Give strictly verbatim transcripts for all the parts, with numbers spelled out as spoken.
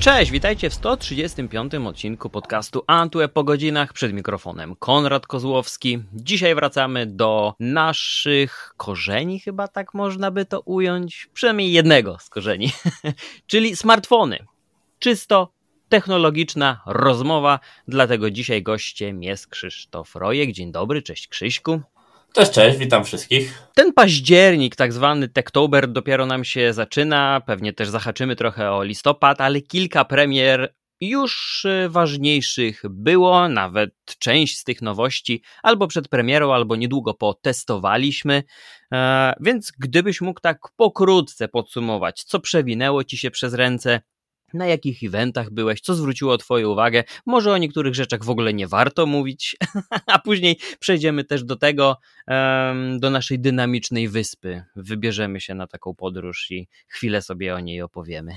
Cześć, witajcie w sto trzydziestym piątym odcinku podcastu Antweb po godzinach. Przed mikrofonem Konrad Kozłowski. Dzisiaj wracamy do naszych korzeni, chyba tak można by to ująć. Przynajmniej jednego z korzeni, czyli smartfony. Czysto technologiczna rozmowa, dlatego dzisiaj gościem jest Krzysztof Rojek. Dzień dobry, cześć Krzyśku. Cześć, cześć, witam wszystkich. Ten październik, tak zwany Techtober, dopiero nam się zaczyna, pewnie też zahaczymy trochę o listopad, ale kilka premier już ważniejszych było, nawet część z tych nowości albo przed premierą, albo niedługo potestowaliśmy, e, więc gdybyś mógł tak pokrótce podsumować, co przewinęło Ci się przez ręce, na jakich eventach byłeś, co zwróciło Twoją uwagę, może o niektórych rzeczach w ogóle nie warto mówić, a później przejdziemy też do tego, do naszej dynamicznej wyspy. Wybierzemy się na taką podróż i chwilę sobie o niej opowiemy.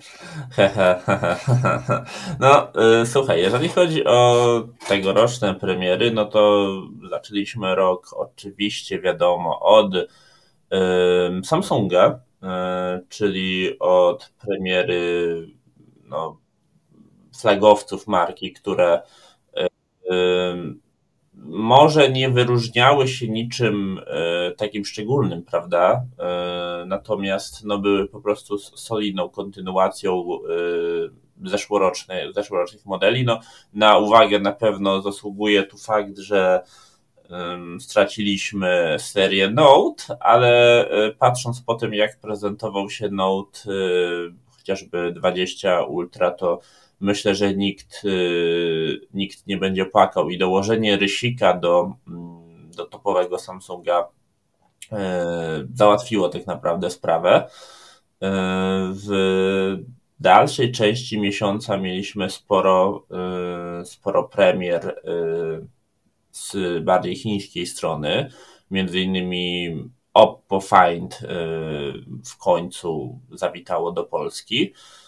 No, y, słuchaj, jeżeli chodzi o tegoroczne premiery, no to zaczęliśmy rok oczywiście, wiadomo, od y, Samsunga, y, czyli od premiery no, flagowców marki, które y, y, może nie wyróżniały się niczym y, takim szczególnym, prawda? Y, natomiast no, były po prostu solidną kontynuacją y, zeszłorocznych, zeszłorocznych modeli. No, na uwagę na pewno zasługuje tu fakt, że y, straciliśmy serię Note, ale y, patrząc po tym, jak prezentował się Note y, chociażby dwadzieścia Ultra, to myślę, że nikt, nikt nie będzie płakał i dołożenie rysika do, do topowego Samsunga załatwiło tak naprawdę sprawę. W dalszej części miesiąca mieliśmy sporo, sporo premier z bardziej chińskiej strony, między innymi Oppo Find w końcu zawitało do Polski.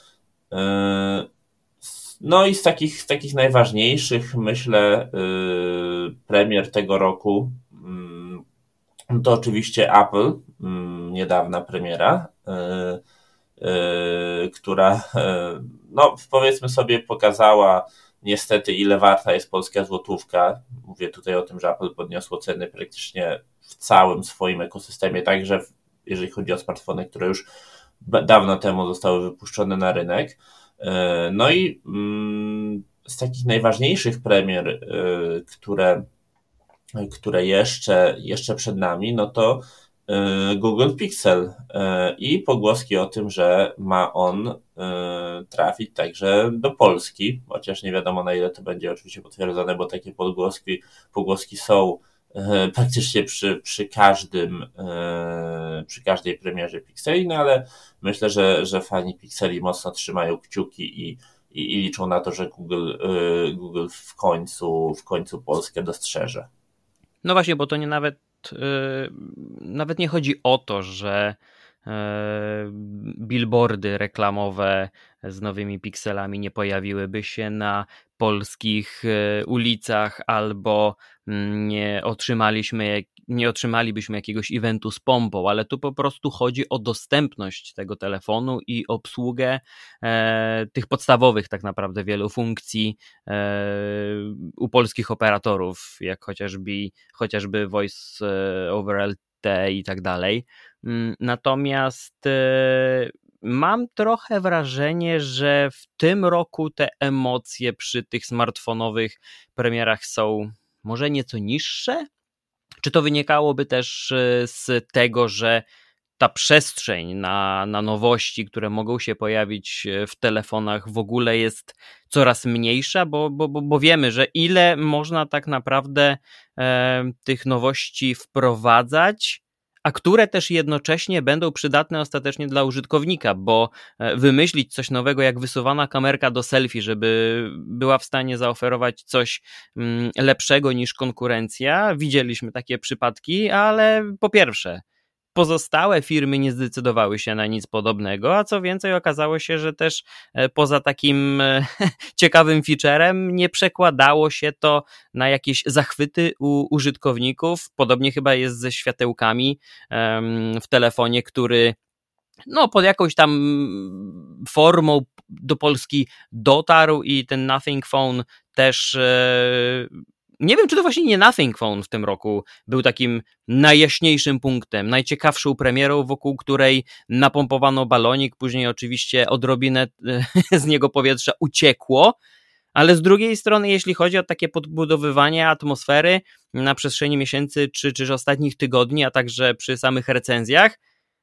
No i z takich, z takich najważniejszych, myślę, premier tego roku to oczywiście Apple, niedawna premiera, która, no powiedzmy sobie, pokazała niestety, ile warta jest polska złotówka. Mówię tutaj o tym, że Apple podniosło ceny praktycznie w całym swoim ekosystemie, także jeżeli chodzi o smartfony, które już dawno temu zostały wypuszczone na rynek. No i z takich najważniejszych premier, które, które jeszcze, jeszcze przed nami, no to Google Pixel i pogłoski o tym, że ma on trafić także do Polski, chociaż nie wiadomo, na ile to będzie oczywiście potwierdzone, bo takie pogłoski, pogłoski są praktycznie przy, przy każdym, przy każdej premierze Pixeli, no ale myślę, że, że fani Pixeli mocno trzymają kciuki i, i, i liczą na to, że Google, Google w końcu, w końcu Polskę dostrzeże. No właśnie, bo to nie nawet, nawet nie chodzi o to, że billboardy reklamowe z nowymi pikselami nie pojawiłyby się na polskich ulicach albo nie otrzymaliśmy, nie otrzymalibyśmy jakiegoś eventu z pompą, ale tu po prostu chodzi o dostępność tego telefonu i obsługę e, tych podstawowych tak naprawdę wielu funkcji e, u polskich operatorów, jak chociażby, chociażby Voice over L T E i tak dalej. Natomiast e, mam trochę wrażenie, że w tym roku te emocje przy tych smartfonowych premierach są może nieco niższe? Czy to wynikałoby też z tego, że ta przestrzeń na, na nowości, które mogą się pojawić w telefonach, w ogóle jest coraz mniejsza, bo, bo, bo wiemy, że ile można tak naprawdę e, tych nowości wprowadzać, a które też jednocześnie będą przydatne ostatecznie dla użytkownika, bo wymyślić coś nowego jak wysuwana kamerka do selfie, żeby była w stanie zaoferować coś lepszego niż konkurencja. Widzieliśmy takie przypadki, ale po pierwsze, pozostałe firmy nie zdecydowały się na nic podobnego, a co więcej okazało się, że też poza takim ciekawym featurem nie przekładało się to na jakieś zachwyty u użytkowników. Podobnie chyba jest ze światełkami w telefonie, który no pod jakąś tam formą do Polski dotarł i ten Nothing Phone też... Nie wiem, czy to właśnie nie Nothing Phone w tym roku był takim najjaśniejszym punktem, najciekawszą premierą, wokół której napompowano balonik, później oczywiście odrobinę z niego powietrza uciekło, ale z drugiej strony, jeśli chodzi o takie podbudowywanie atmosfery na przestrzeni miesięcy czy, czy ostatnich tygodni, a także przy samych recenzjach,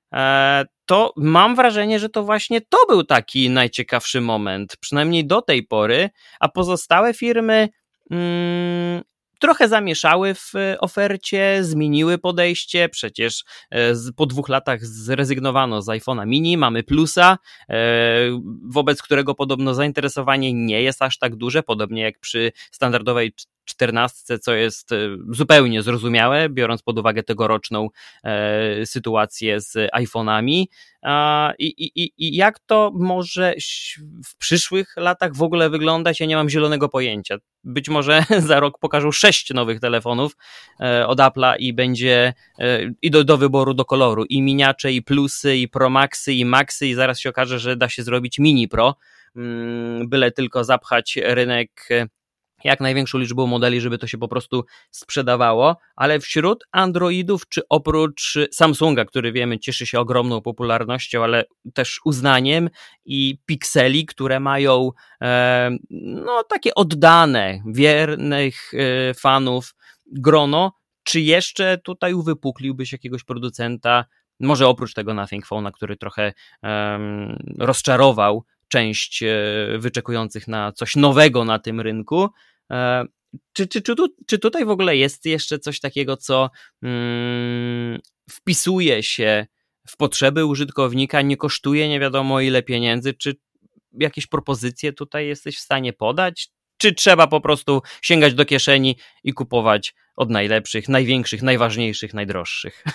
to mam wrażenie, że to właśnie to był taki najciekawszy moment, przynajmniej do tej pory, a pozostałe firmy Hmm, trochę zamieszały w ofercie, zmieniły podejście, przecież po dwóch latach zrezygnowano z iPhone'a mini, mamy plusa, wobec którego podobno zainteresowanie nie jest aż tak duże, podobnie jak przy standardowej czternastce, co jest zupełnie zrozumiałe, biorąc pod uwagę tegoroczną e, sytuację z iPhone'ami. E, i, i, I jak to może w przyszłych latach w ogóle wyglądać, ja nie mam zielonego pojęcia. Być może za rok pokażą sześć nowych telefonów e, od Apple'a i będzie e, i do, do wyboru, do koloru, i miniacze, i plusy, i Pro Maxy, i Maxy, i zaraz się okaże, że da się zrobić mini Pro, mm, byle tylko zapchać rynek jak największą liczbą modeli, żeby to się po prostu sprzedawało, ale wśród Androidów, czy oprócz Samsunga, który wiemy cieszy się ogromną popularnością, ale też uznaniem, i Pixeli, które mają e, no takie oddane, wiernych e, fanów grono, czy jeszcze tutaj uwypukliłbyś jakiegoś producenta, może oprócz tego Nothing Phone'a, który trochę um, rozczarował część wyczekujących na coś nowego na tym rynku. Czy, czy, czy, tu, czy tutaj w ogóle jest jeszcze coś takiego, co mm, wpisuje się w potrzeby użytkownika, nie kosztuje nie wiadomo ile pieniędzy? Czy jakieś propozycje tutaj jesteś w stanie podać? Czy trzeba po prostu sięgać do kieszeni i kupować od najlepszych, największych, najważniejszych, najdroższych?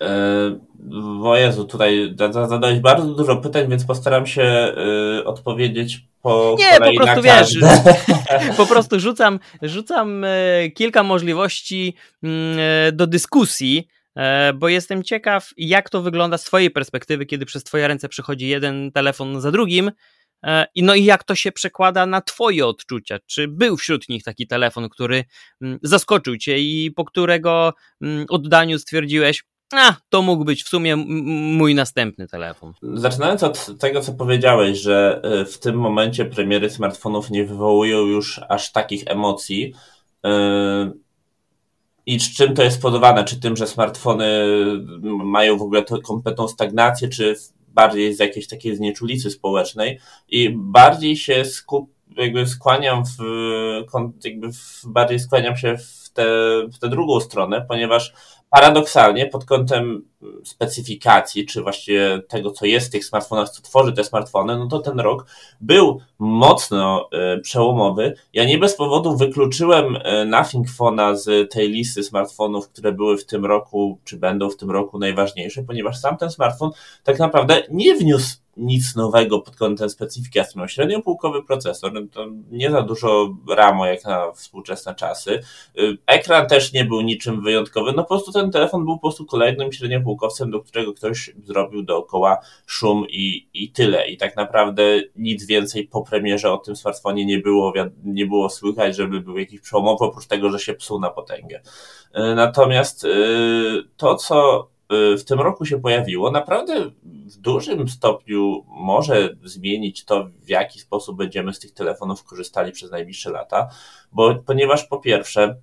O Jezu, tutaj zadałeś bardzo dużo pytań, więc postaram się y, odpowiedzieć po Nie, kolei po prostu na wiesz, po prostu rzucam, rzucam y, kilka możliwości y, do dyskusji, y, bo jestem ciekaw, jak to wygląda z twojej perspektywy, kiedy przez twoje ręce przychodzi jeden telefon za drugim. I no i jak to się przekłada na twoje odczucia? Czy był wśród nich taki telefon, który zaskoczył cię i po którego oddaniu stwierdziłeś, a to mógł być w sumie mój następny telefon? Zaczynając od tego, co powiedziałeś, że w tym momencie premiery smartfonów nie wywołują już aż takich emocji. I z czym to jest spowodowane? Czy tym, że smartfony mają w ogóle kompletną stagnację, czy bardziej z jakiejś takiej znieczulicy społecznej, i bardziej się skup, jakby skłaniam w, jakby w, bardziej skłaniam się w tę, w tę drugą stronę, ponieważ paradoksalnie pod kątem specyfikacji, czy właściwie tego, co jest w tych smartfonach, co tworzy te smartfony, no to ten rok był mocno y, przełomowy. Ja nie bez powodu wykluczyłem y, Nothing Phone'a z tej listy smartfonów, które były w tym roku, czy będą w tym roku najważniejsze, ponieważ sam ten smartfon tak naprawdę nie wniósł nic nowego pod kątem specyfikacji. Miał średniopółkowy procesor, to nie za dużo ramu jak na współczesne czasy. Ekran też nie był niczym wyjątkowym, no po prostu ten telefon był po prostu kolejnym średniopółkowcem, do którego ktoś zrobił dookoła szum i, i tyle. I tak naprawdę nic więcej po premierze o tym smartfonie nie było, nie było słychać, żeby był jakiś przełomowy, oprócz tego, że się psuł na potęgę. Natomiast to, co w tym roku się pojawiło, naprawdę w dużym stopniu może zmienić to, w jaki sposób będziemy z tych telefonów korzystali przez najbliższe lata, bo ponieważ po pierwsze,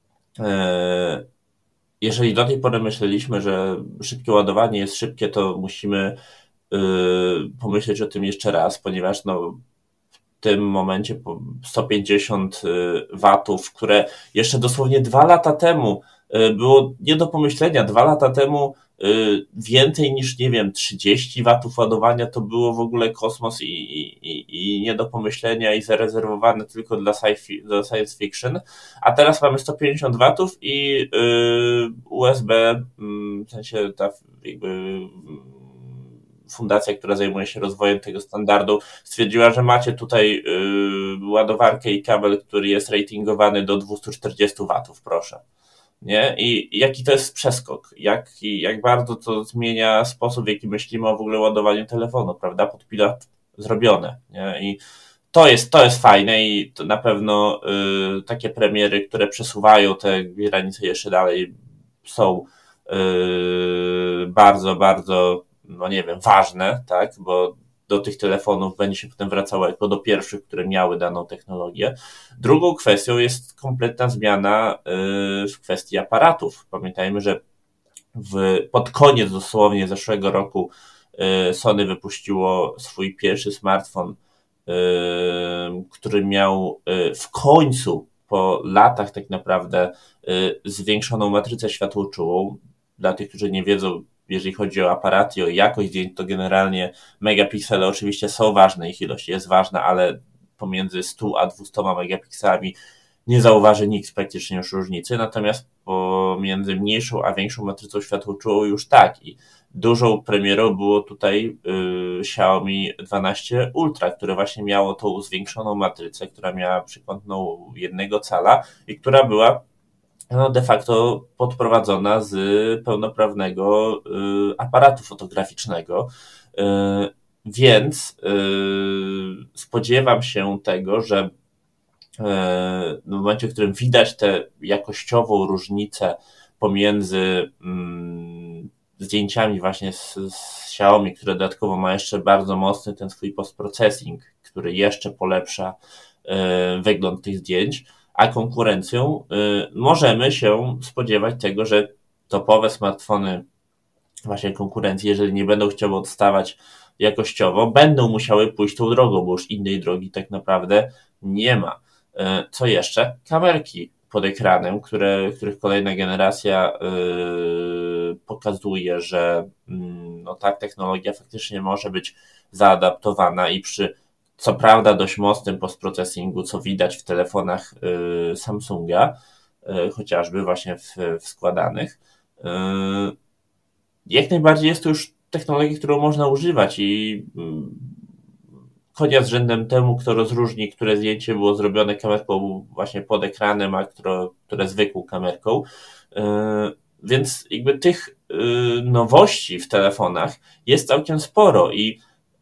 jeżeli do tej pory myśleliśmy, że szybkie ładowanie jest szybkie, to musimy pomyśleć o tym jeszcze raz, ponieważ no w tym momencie sto pięćdziesiąt watów, które jeszcze dosłownie dwa lata temu było nie do pomyślenia. Dwa lata temu więcej niż, nie wiem, trzydzieści watów ładowania to było w ogóle kosmos i, i, i nie do pomyślenia i zarezerwowane tylko dla science fiction, a teraz mamy sto pięćdziesiąt watów i U S B, w sensie ta jakby fundacja, która zajmuje się rozwojem tego standardu, stwierdziła, że macie tutaj ładowarkę i kabel, który jest ratingowany do dwieście czterdzieści watów, proszę. Nie? I jaki to jest przeskok, jak, jak bardzo to zmienia sposób, w jaki myślimy o w ogóle ładowaniu telefonu, prawda? Pod, pila, zrobione, nie? I to jest, to jest fajne i to na pewno y, takie premiery, które przesuwają te granice jeszcze dalej, są y, bardzo, bardzo, no nie wiem, ważne, tak, bo do tych telefonów będzie się potem wracało jako do pierwszych, które miały daną technologię. Drugą kwestią jest kompletna zmiana y, w kwestii aparatów. Pamiętajmy, że w, pod koniec dosłownie zeszłego roku y, Sony wypuściło swój pierwszy smartfon, y, który miał y, w końcu po latach tak naprawdę y, zwiększoną matrycę światłoczułą. Dla tych, którzy nie wiedzą, jeżeli chodzi o aparaty, o jakość zdjęć, to generalnie megapiksele oczywiście są ważne, ich ilość jest ważna, ale pomiędzy stu a dwustoma megapikselami nie zauważy nikt praktycznie już różnicy, natomiast pomiędzy mniejszą a większą matrycą światłoczułą już tak. I dużą premierą było tutaj y, Xiaomi dwanaście Ultra, które właśnie miało tą zwiększoną matrycę, która miała przykątną jednego cala i która była no, de facto podprowadzona z pełnoprawnego y, aparatu fotograficznego. Y, więc y, spodziewam się tego, że w momencie, w którym widać tę jakościową różnicę pomiędzy mm, zdjęciami właśnie z, z Xiaomi, które dodatkowo ma jeszcze bardzo mocny ten swój postprocessing, który jeszcze polepsza y, wygląd tych zdjęć, a konkurencją y, możemy się spodziewać tego, że topowe smartfony właśnie konkurencji, jeżeli nie będą chciały odstawać jakościowo, będą musiały pójść tą drogą, bo już innej drogi tak naprawdę nie ma. Co jeszcze? Kamerki pod ekranem, które, których kolejna generacja yy, pokazuje, że yy, no tak, technologia faktycznie może być zaadaptowana i przy co prawda dość mocnym postprocessingu, co widać w telefonach yy, Samsunga, yy, chociażby właśnie w, w składanych, yy, jak najbardziej jest to już technologia, którą można używać i yy, konia z rzędem temu, kto rozróżni, które zdjęcie było zrobione kamerką właśnie pod ekranem, a które, które zwykłą kamerką. Yy, więc jakby tych yy, nowości w telefonach jest całkiem sporo i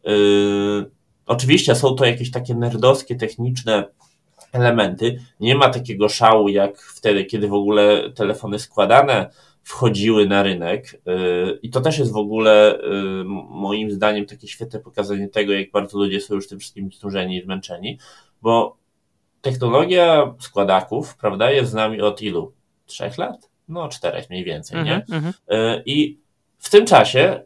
yy, oczywiście są to jakieś takie nerdowskie, techniczne elementy. Nie ma takiego szału jak wtedy, kiedy w ogóle telefony składane wchodziły na rynek i to też jest w ogóle moim zdaniem takie świetne pokazanie tego, jak bardzo ludzie są już tym wszystkim znużeni i zmęczeni, bo technologia składaków, prawda, jest z nami od ilu? Trzech lat? No czterech mniej więcej, nie? Mm-hmm. I w tym czasie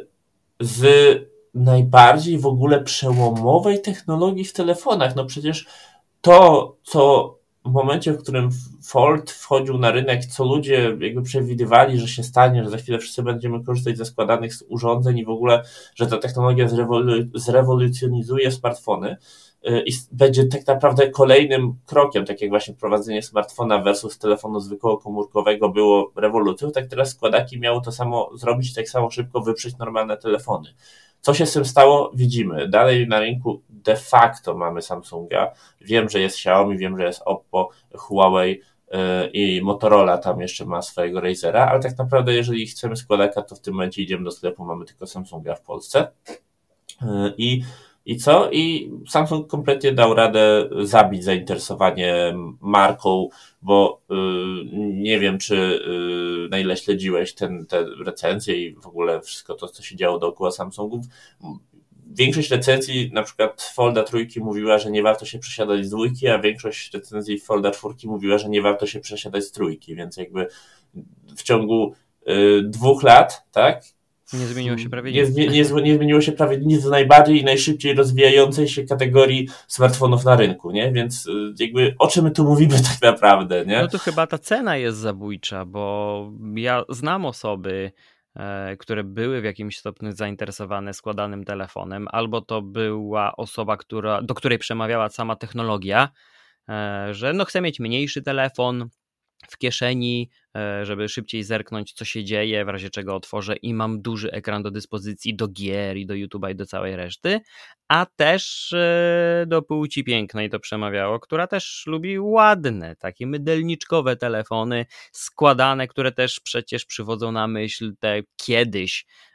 z najbardziej w ogóle przełomowej technologii w telefonach, no przecież to, co w momencie, w którym Fold wchodził na rynek, co ludzie jakby przewidywali, że się stanie, że za chwilę wszyscy będziemy korzystać ze składanych urządzeń i w ogóle, że ta technologia zrewolu- zrewolucjonizuje smartfony i będzie tak naprawdę kolejnym krokiem, tak jak właśnie wprowadzenie smartfona versus telefonu zwykłego komórkowego było rewolucją, tak teraz składaki miały to samo zrobić, tak samo szybko wyprzeć normalne telefony. Co się z tym stało? Widzimy. Dalej na rynku de facto mamy Samsunga. Wiem, że jest Xiaomi, wiem, że jest Oppo, Huawei yy, i Motorola tam jeszcze ma swojego Razera, ale tak naprawdę jeżeli chcemy składaka, to w tym momencie idziemy do sklepu, mamy tylko Samsunga w Polsce. Yy, I I co? I Samsung kompletnie dał radę zabić zainteresowanie marką, bo yy, nie wiem, czy yy, na ile śledziłeś ten, te recenzje i w ogóle wszystko to, co się działo dookoła Samsungów. Większość recenzji, na przykład Folda trójki mówiła, że nie warto się przesiadać z dwójki, a większość recenzji Folda czwórki mówiła, że nie warto się przesiadać z trójki, więc jakby w ciągu yy, dwóch lat, tak? Nie zmieniło się prawie nic. Nie, nic. Nie, nie zmieniło się prawie nic do najbardziej i najszybciej rozwijającej się kategorii smartfonów na rynku, nie? Więc jakby o czym my tu mówimy tak naprawdę, nie? No to chyba ta cena jest zabójcza, bo ja znam osoby, e, które były w jakimś stopniu zainteresowane składanym telefonem, albo to była osoba, która, do której przemawiała sama technologia, e, że no chce mieć mniejszy telefon w kieszeni, żeby szybciej zerknąć, co się dzieje, w razie czego otworzę i mam duży ekran do dyspozycji do gier i do YouTube'a i do całej reszty, a też do płci pięknej to przemawiało, która też lubi ładne, takie mydelniczkowe telefony, składane, które też przecież przywodzą na myśl te kiedyś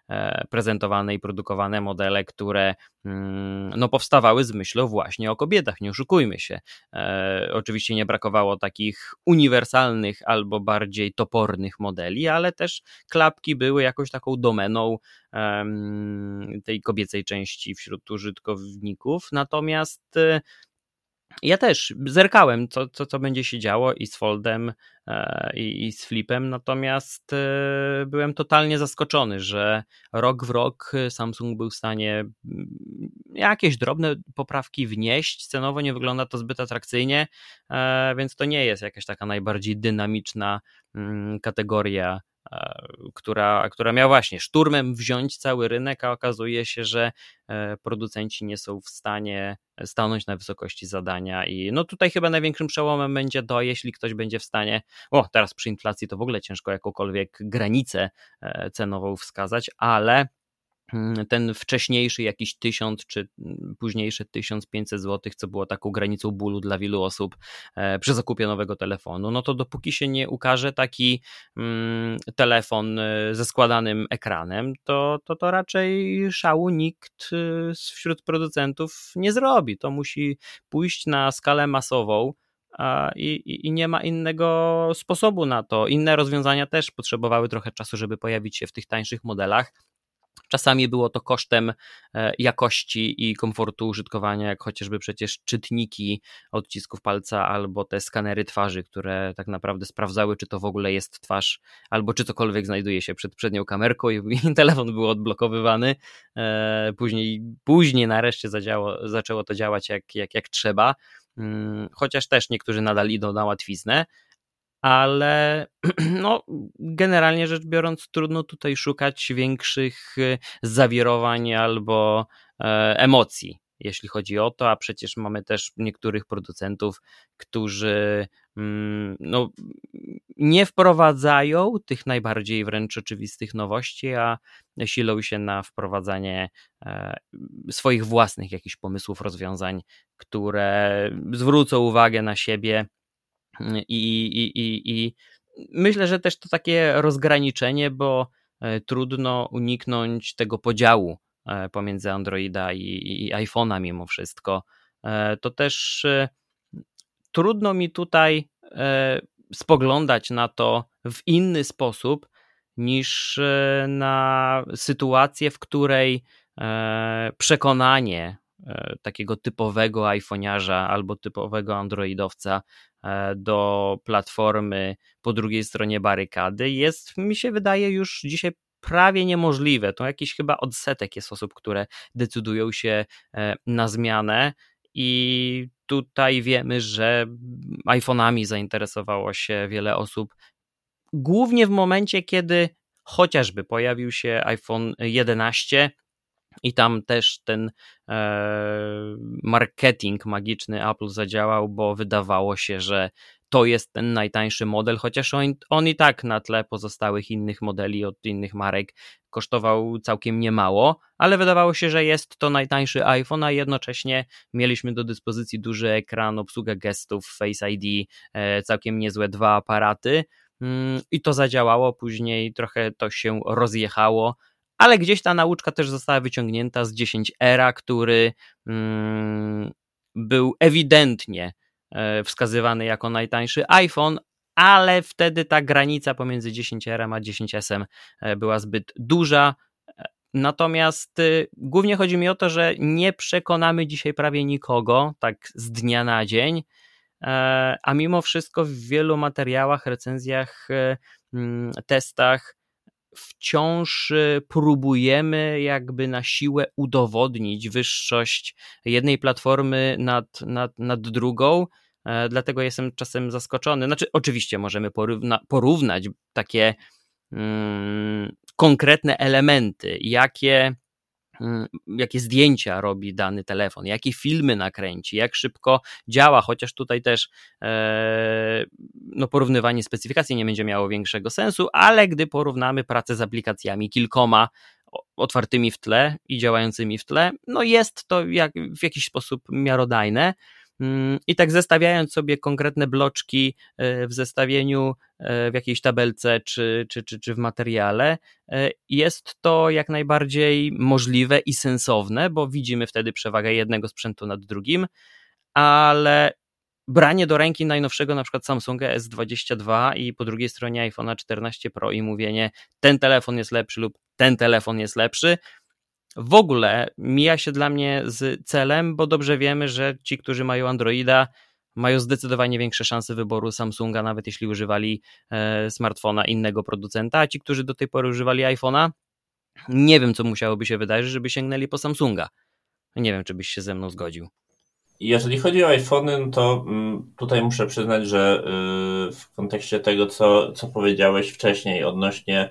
prezentowane i produkowane modele, które no, powstawały z myślą właśnie o kobietach, nie oszukujmy się. Oczywiście nie brakowało takich uniwersalnych albo bardziej topornych modeli, ale też klapki były jakąś taką domeną tej kobiecej części wśród użytkowników, natomiast ja też zerkałem, co, co, co będzie się działo i z Foldem, i, i z Flipem, natomiast byłem totalnie zaskoczony, że rok w rok Samsung był w stanie jakieś drobne poprawki wnieść. Cenowo nie wygląda to zbyt atrakcyjnie, więc to nie jest jakaś taka najbardziej dynamiczna kategoria, która, która miała właśnie szturmem wziąć cały rynek, a okazuje się, że producenci nie są w stanie stanąć na wysokości zadania i no tutaj chyba największym przełomem będzie to, jeśli ktoś będzie w stanie, o teraz przy inflacji to w ogóle ciężko jakąkolwiek granicę cenową wskazać, ale ten wcześniejszy jakiś tysiąc czy późniejszy tysiąc pięćset złotych, co było taką granicą bólu dla wielu osób przy zakupie nowego telefonu, no to dopóki się nie ukaże taki telefon ze składanym ekranem, to, to, to raczej szału nikt wśród producentów nie zrobi. To musi pójść na skalę masową, I, i, i nie ma innego sposobu na to. Inne rozwiązania też potrzebowały trochę czasu, żeby pojawić się w tych tańszych modelach. Czasami było to kosztem jakości i komfortu użytkowania, jak chociażby przecież czytniki odcisków palca albo te skanery twarzy, które tak naprawdę sprawdzały, czy to w ogóle jest twarz, albo czy cokolwiek znajduje się przed przednią kamerką i telefon był odblokowywany. Później, później nareszcie zadziało, zaczęło to działać jak, jak, jak trzeba, chociaż też niektórzy nadal idą na łatwiznę. Ale no, generalnie rzecz biorąc trudno tutaj szukać większych zawirowań albo emocji, jeśli chodzi o to, a przecież mamy też niektórych producentów, którzy no, nie wprowadzają tych najbardziej wręcz oczywistych nowości, a silą się na wprowadzanie swoich własnych jakichś pomysłów, rozwiązań, które zwrócą uwagę na siebie. I, i, i, I myślę, że też to takie rozgraniczenie, bo trudno uniknąć tego podziału pomiędzy Androida i, i iPhone'a mimo wszystko. To też trudno mi tutaj spoglądać na to w inny sposób niż na sytuację, w której przekonanie takiego typowego iPhoniarza albo typowego androidowca do platformy po drugiej stronie barykady jest, mi się wydaje, już dzisiaj prawie niemożliwe. To jakiś chyba odsetek jest osób, które decydują się na zmianę i tutaj wiemy, że iPhone'ami zainteresowało się wiele osób, głównie w momencie, kiedy chociażby pojawił się iPhone jedenaście i tam też ten e, marketing magiczny Apple zadziałał, bo wydawało się, że to jest ten najtańszy model, chociaż on, on i tak na tle pozostałych innych modeli od innych marek kosztował całkiem niemało, ale wydawało się, że jest to najtańszy iPhone, a jednocześnie mieliśmy do dyspozycji duży ekran, obsługę gestów, Face I D, e, całkiem niezłe dwa aparaty mm, i to zadziałało, później trochę to się rozjechało, ale gdzieś ta nauczka też została wyciągnięta z dziesięć era, który mm, był ewidentnie wskazywany jako najtańszy iPhone, ale wtedy ta granica pomiędzy dziesięć erem a dziesięć esem była zbyt duża. Natomiast głównie chodzi mi o to, że nie przekonamy dzisiaj prawie nikogo tak z dnia na dzień, a mimo wszystko w wielu materiałach, recenzjach, testach wciąż próbujemy jakby na siłę udowodnić wyższość jednej platformy nad, nad, nad drugą, dlatego jestem czasem zaskoczony. Znaczy oczywiście możemy porówna, porównać takie mm, konkretne elementy, jakie jakie zdjęcia robi dany telefon, jakie filmy nakręci, jak szybko działa, chociaż tutaj też e, no porównywanie specyfikacji nie będzie miało większego sensu, ale gdy porównamy pracę z aplikacjami kilkoma otwartymi w tle i działającymi w tle, no jest to jak, w jakiś sposób miarodajne. I tak zestawiając sobie konkretne bloczki w zestawieniu, w jakiejś tabelce czy, czy, czy, czy w materiale, jest to jak najbardziej możliwe i sensowne, bo widzimy wtedy przewagę jednego sprzętu nad drugim, ale branie do ręki najnowszego na przykład Samsunga S dwadzieścia dwa i po drugiej stronie iPhone'a czternaście Pro i mówienie ten telefon jest lepszy lub ten telefon jest lepszy, w ogóle mija się dla mnie z celem, bo dobrze wiemy, że ci, którzy mają Androida, mają zdecydowanie większe szanse wyboru Samsunga, nawet jeśli używali e, smartfona innego producenta, a ci, którzy do tej pory używali iPhone'a, nie wiem, co musiałoby się wydarzyć, żeby sięgnęli po Samsunga. Nie wiem, czy byś się ze mną zgodził. Jeżeli chodzi o iPhony, no to tutaj muszę przyznać, że w kontekście tego, co, co powiedziałeś wcześniej odnośnie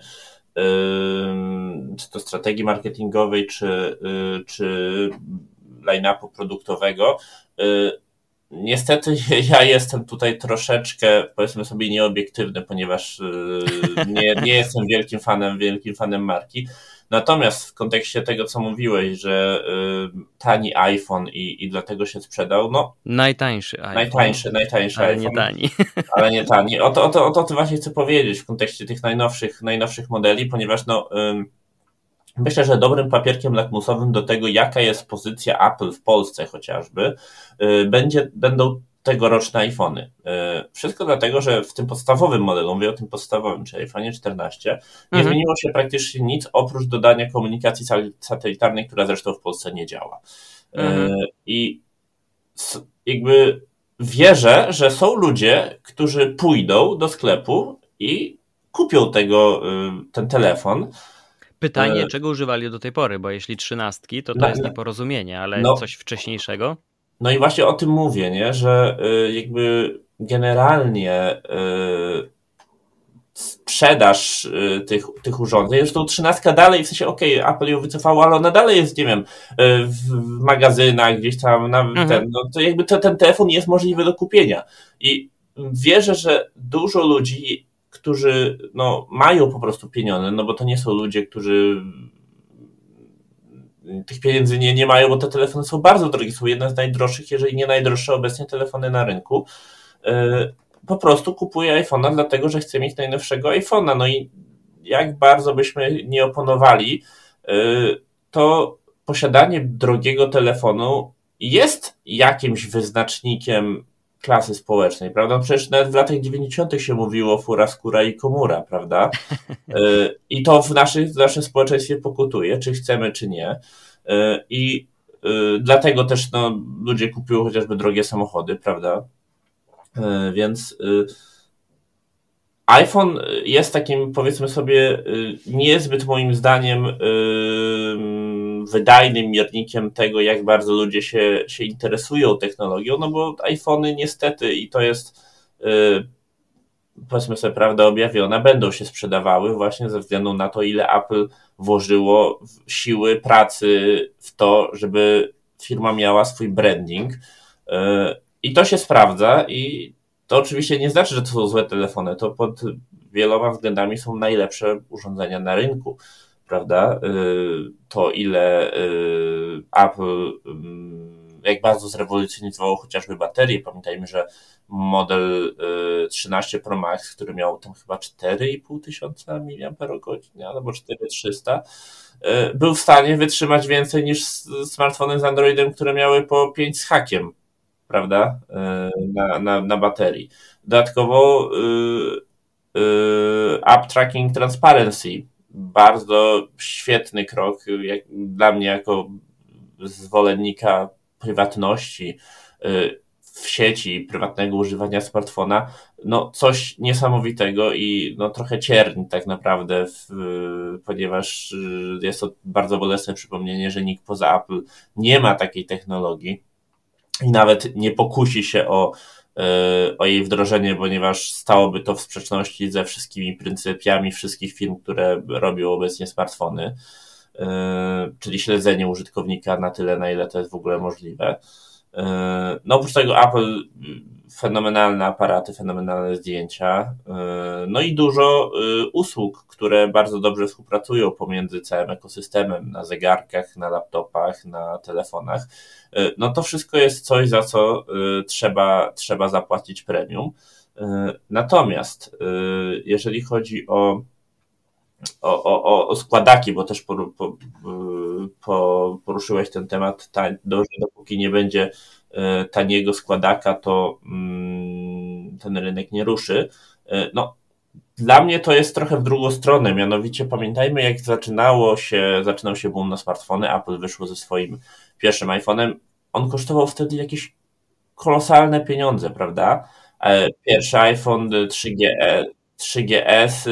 czy to strategii marketingowej, czy, czy line-upu produktowego, niestety ja jestem tutaj troszeczkę, powiedzmy sobie, nieobiektywny, ponieważ nie, nie jestem wielkim fanem, wielkim fanem marki. Natomiast w kontekście tego, co mówiłeś, że y, tani iPhone i, i dlatego się sprzedał, no... Najtańszy iPhone. Najtańszy, najtańszy ale iPhone. nie tani. Ale nie tani. O to, o to, o to ty właśnie chcę powiedzieć w kontekście tych najnowszych, najnowszych modeli, ponieważ no... Y, myślę, że dobrym papierkiem lakmusowym do tego, jaka jest pozycja Apple w Polsce chociażby, y, będzie, będą tegoroczne iPhony. Wszystko dlatego, że w tym podstawowym modelu, mówię o tym podstawowym, czyli iPhone czternaście, nie mhm. zmieniło się praktycznie nic oprócz dodania komunikacji satelitarnej, która zresztą w Polsce nie działa. Mhm. I jakby wierzę, że są ludzie, którzy pójdą do sklepu i kupią tego, ten telefon. Pytanie, czego używali do tej pory, bo jeśli trzynastki, to to no, jest nieporozumienie, ale no, coś wcześniejszego? No i właśnie o tym mówię, nie? Że y, jakby generalnie y, sprzedaż y, tych, tych urządzeń, zresztą trzynastka dalej, w sensie okej, okay, Apple ją wycofało, ale ona dalej jest, nie wiem, y, w, w magazynach, gdzieś tam, na, mhm. ten, no to jakby to, ten telefon jest możliwy do kupienia. I wierzę, że dużo ludzi, którzy no, mają po prostu pieniądze, no bo to nie są ludzie, którzy tych pieniędzy nie, nie mają, bo te telefony są bardzo drogie, są jedne z najdroższych, jeżeli nie najdroższe obecnie telefony na rynku. Yy, po prostu kupuję iPhone'a dlatego, że chcę mieć najnowszego iPhone'a. No i jak bardzo byśmy nie oponowali, yy, to posiadanie drogiego telefonu jest jakimś wyznacznikiem klasy społecznej, prawda? Przecież nawet w latach dziewięćdziesiątych się mówiło fura, skóra i komura, prawda? I to w, naszych, w naszym społeczeństwie pokutuje, czy chcemy, czy nie. I dlatego też no, ludzie kupują chociażby drogie samochody, prawda? Więc iPhone jest takim, powiedzmy sobie, niezbyt moim zdaniem wydajnym miernikiem tego, jak bardzo ludzie się, się interesują technologią, no bo iPhony niestety, i to jest powiedzmy sobie prawda objawiona, będą się sprzedawały właśnie ze względu na to, ile Apple włożyło siły, pracy w to, żeby firma miała swój branding. I to się sprawdza i to oczywiście nie znaczy, że to są złe telefony, to pod wieloma względami są najlepsze urządzenia na rynku, prawda? To ile Apple, jak bardzo zrewolucjonizowało chociażby baterię. Pamiętajmy, że model trzynaście Pro Max, który miał tam chyba cztery i pół tysiąca miliamperogodzin albo cztery tysiące trzysta, był w stanie wytrzymać więcej niż smartfony z Androidem, które miały po pięć z hakiem, prawda, na, na, na baterii. Dodatkowo yy, yy, App Tracking Transparency, bardzo świetny krok jak, dla mnie jako zwolennika prywatności yy, w sieci, prywatnego używania smartfona, no coś niesamowitego i no trochę cierń tak naprawdę, w, ponieważ jest to bardzo bolesne przypomnienie, że nikt poza Apple nie ma takiej technologii i nawet nie pokusi się o, o jej wdrożenie, ponieważ stałoby to w sprzeczności ze wszystkimi pryncypiami wszystkich firm, które robią obecnie smartfony, czyli śledzenie użytkownika na tyle, na ile to jest w ogóle możliwe. No oprócz tego Apple fenomenalne aparaty, fenomenalne zdjęcia, no i dużo usług, które bardzo dobrze współpracują pomiędzy całym ekosystemem na zegarkach, na laptopach, na telefonach. No to wszystko jest coś, za co trzeba, trzeba zapłacić premium. Natomiast jeżeli chodzi o O, o, o składaki, bo też por, po, po, poruszyłeś ten temat, tań, dopóki nie będzie taniego składaka, to ten rynek nie ruszy. No, dla mnie to jest trochę w drugą stronę, mianowicie pamiętajmy, jak zaczynało się, zaczynał się boom na smartfony, Apple wyszło ze swoim pierwszym iPhone'em, on kosztował wtedy jakieś kolosalne pieniądze, prawda? Pierwszy iPhone trzy G S, trzy G S,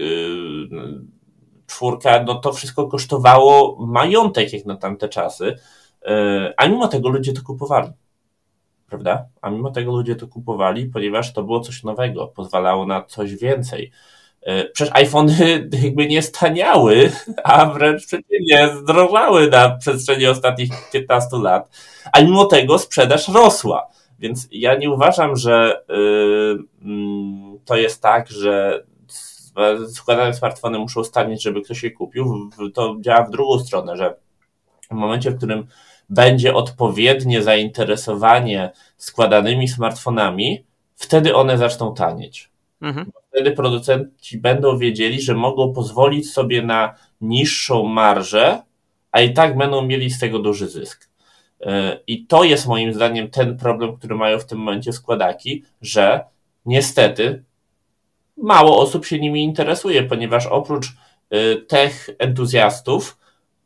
czwórka, no to wszystko kosztowało majątek jak na tamte czasy, a mimo tego ludzie to kupowali, prawda? A mimo tego ludzie to kupowali, ponieważ to było coś nowego, pozwalało na coś więcej. Przecież iPhony jakby nie staniały, a wręcz przeciwnie, zdrożały na przestrzeni ostatnich piętnastu lat, a mimo tego sprzedaż rosła. Więc ja nie uważam, że yy, to jest tak, że składane smartfony muszą stanieć, żeby ktoś je kupił. To działa w drugą stronę, że w momencie, w którym będzie odpowiednie zainteresowanie składanymi smartfonami, wtedy one zaczną tanieć. Mhm. Wtedy producenci będą wiedzieli, że mogą pozwolić sobie na niższą marżę, a i tak będą mieli z tego duży zysk. I to jest moim zdaniem ten problem, który mają w tym momencie składaki, że niestety mało osób się nimi interesuje, ponieważ oprócz tech entuzjastów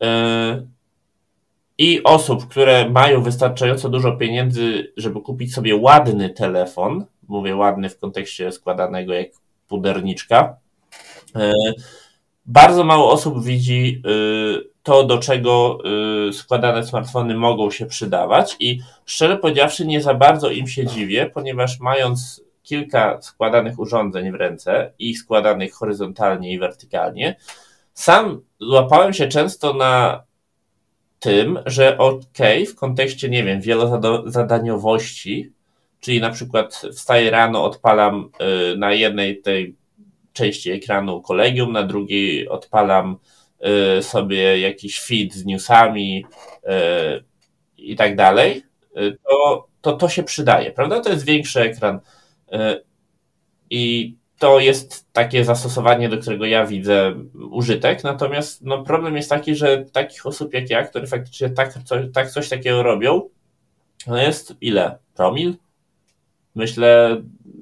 i osób, które mają wystarczająco dużo pieniędzy, żeby kupić sobie ładny telefon, mówię ładny w kontekście składanego jak puderniczka, bardzo mało osób widzi to, do czego składane smartfony mogą się przydawać i szczerze powiedziawszy nie za bardzo im się dziwię, ponieważ mając kilka składanych urządzeń w ręce i składanych horyzontalnie i wertykalnie, sam złapałem się często na tym, że okej, w kontekście, nie wiem, wielozadaniowości, czyli na przykład wstaję rano, odpalam na jednej tej części ekranu Kolegium, na drugiej odpalam sobie jakiś feed z newsami i tak dalej, to, to to się przydaje, prawda? To jest większy ekran i to jest takie zastosowanie, do którego ja widzę użytek, natomiast no, problem jest taki, że takich osób jak ja, które faktycznie tak, co, tak coś takiego robią, no jest ile? Promil? Myślę,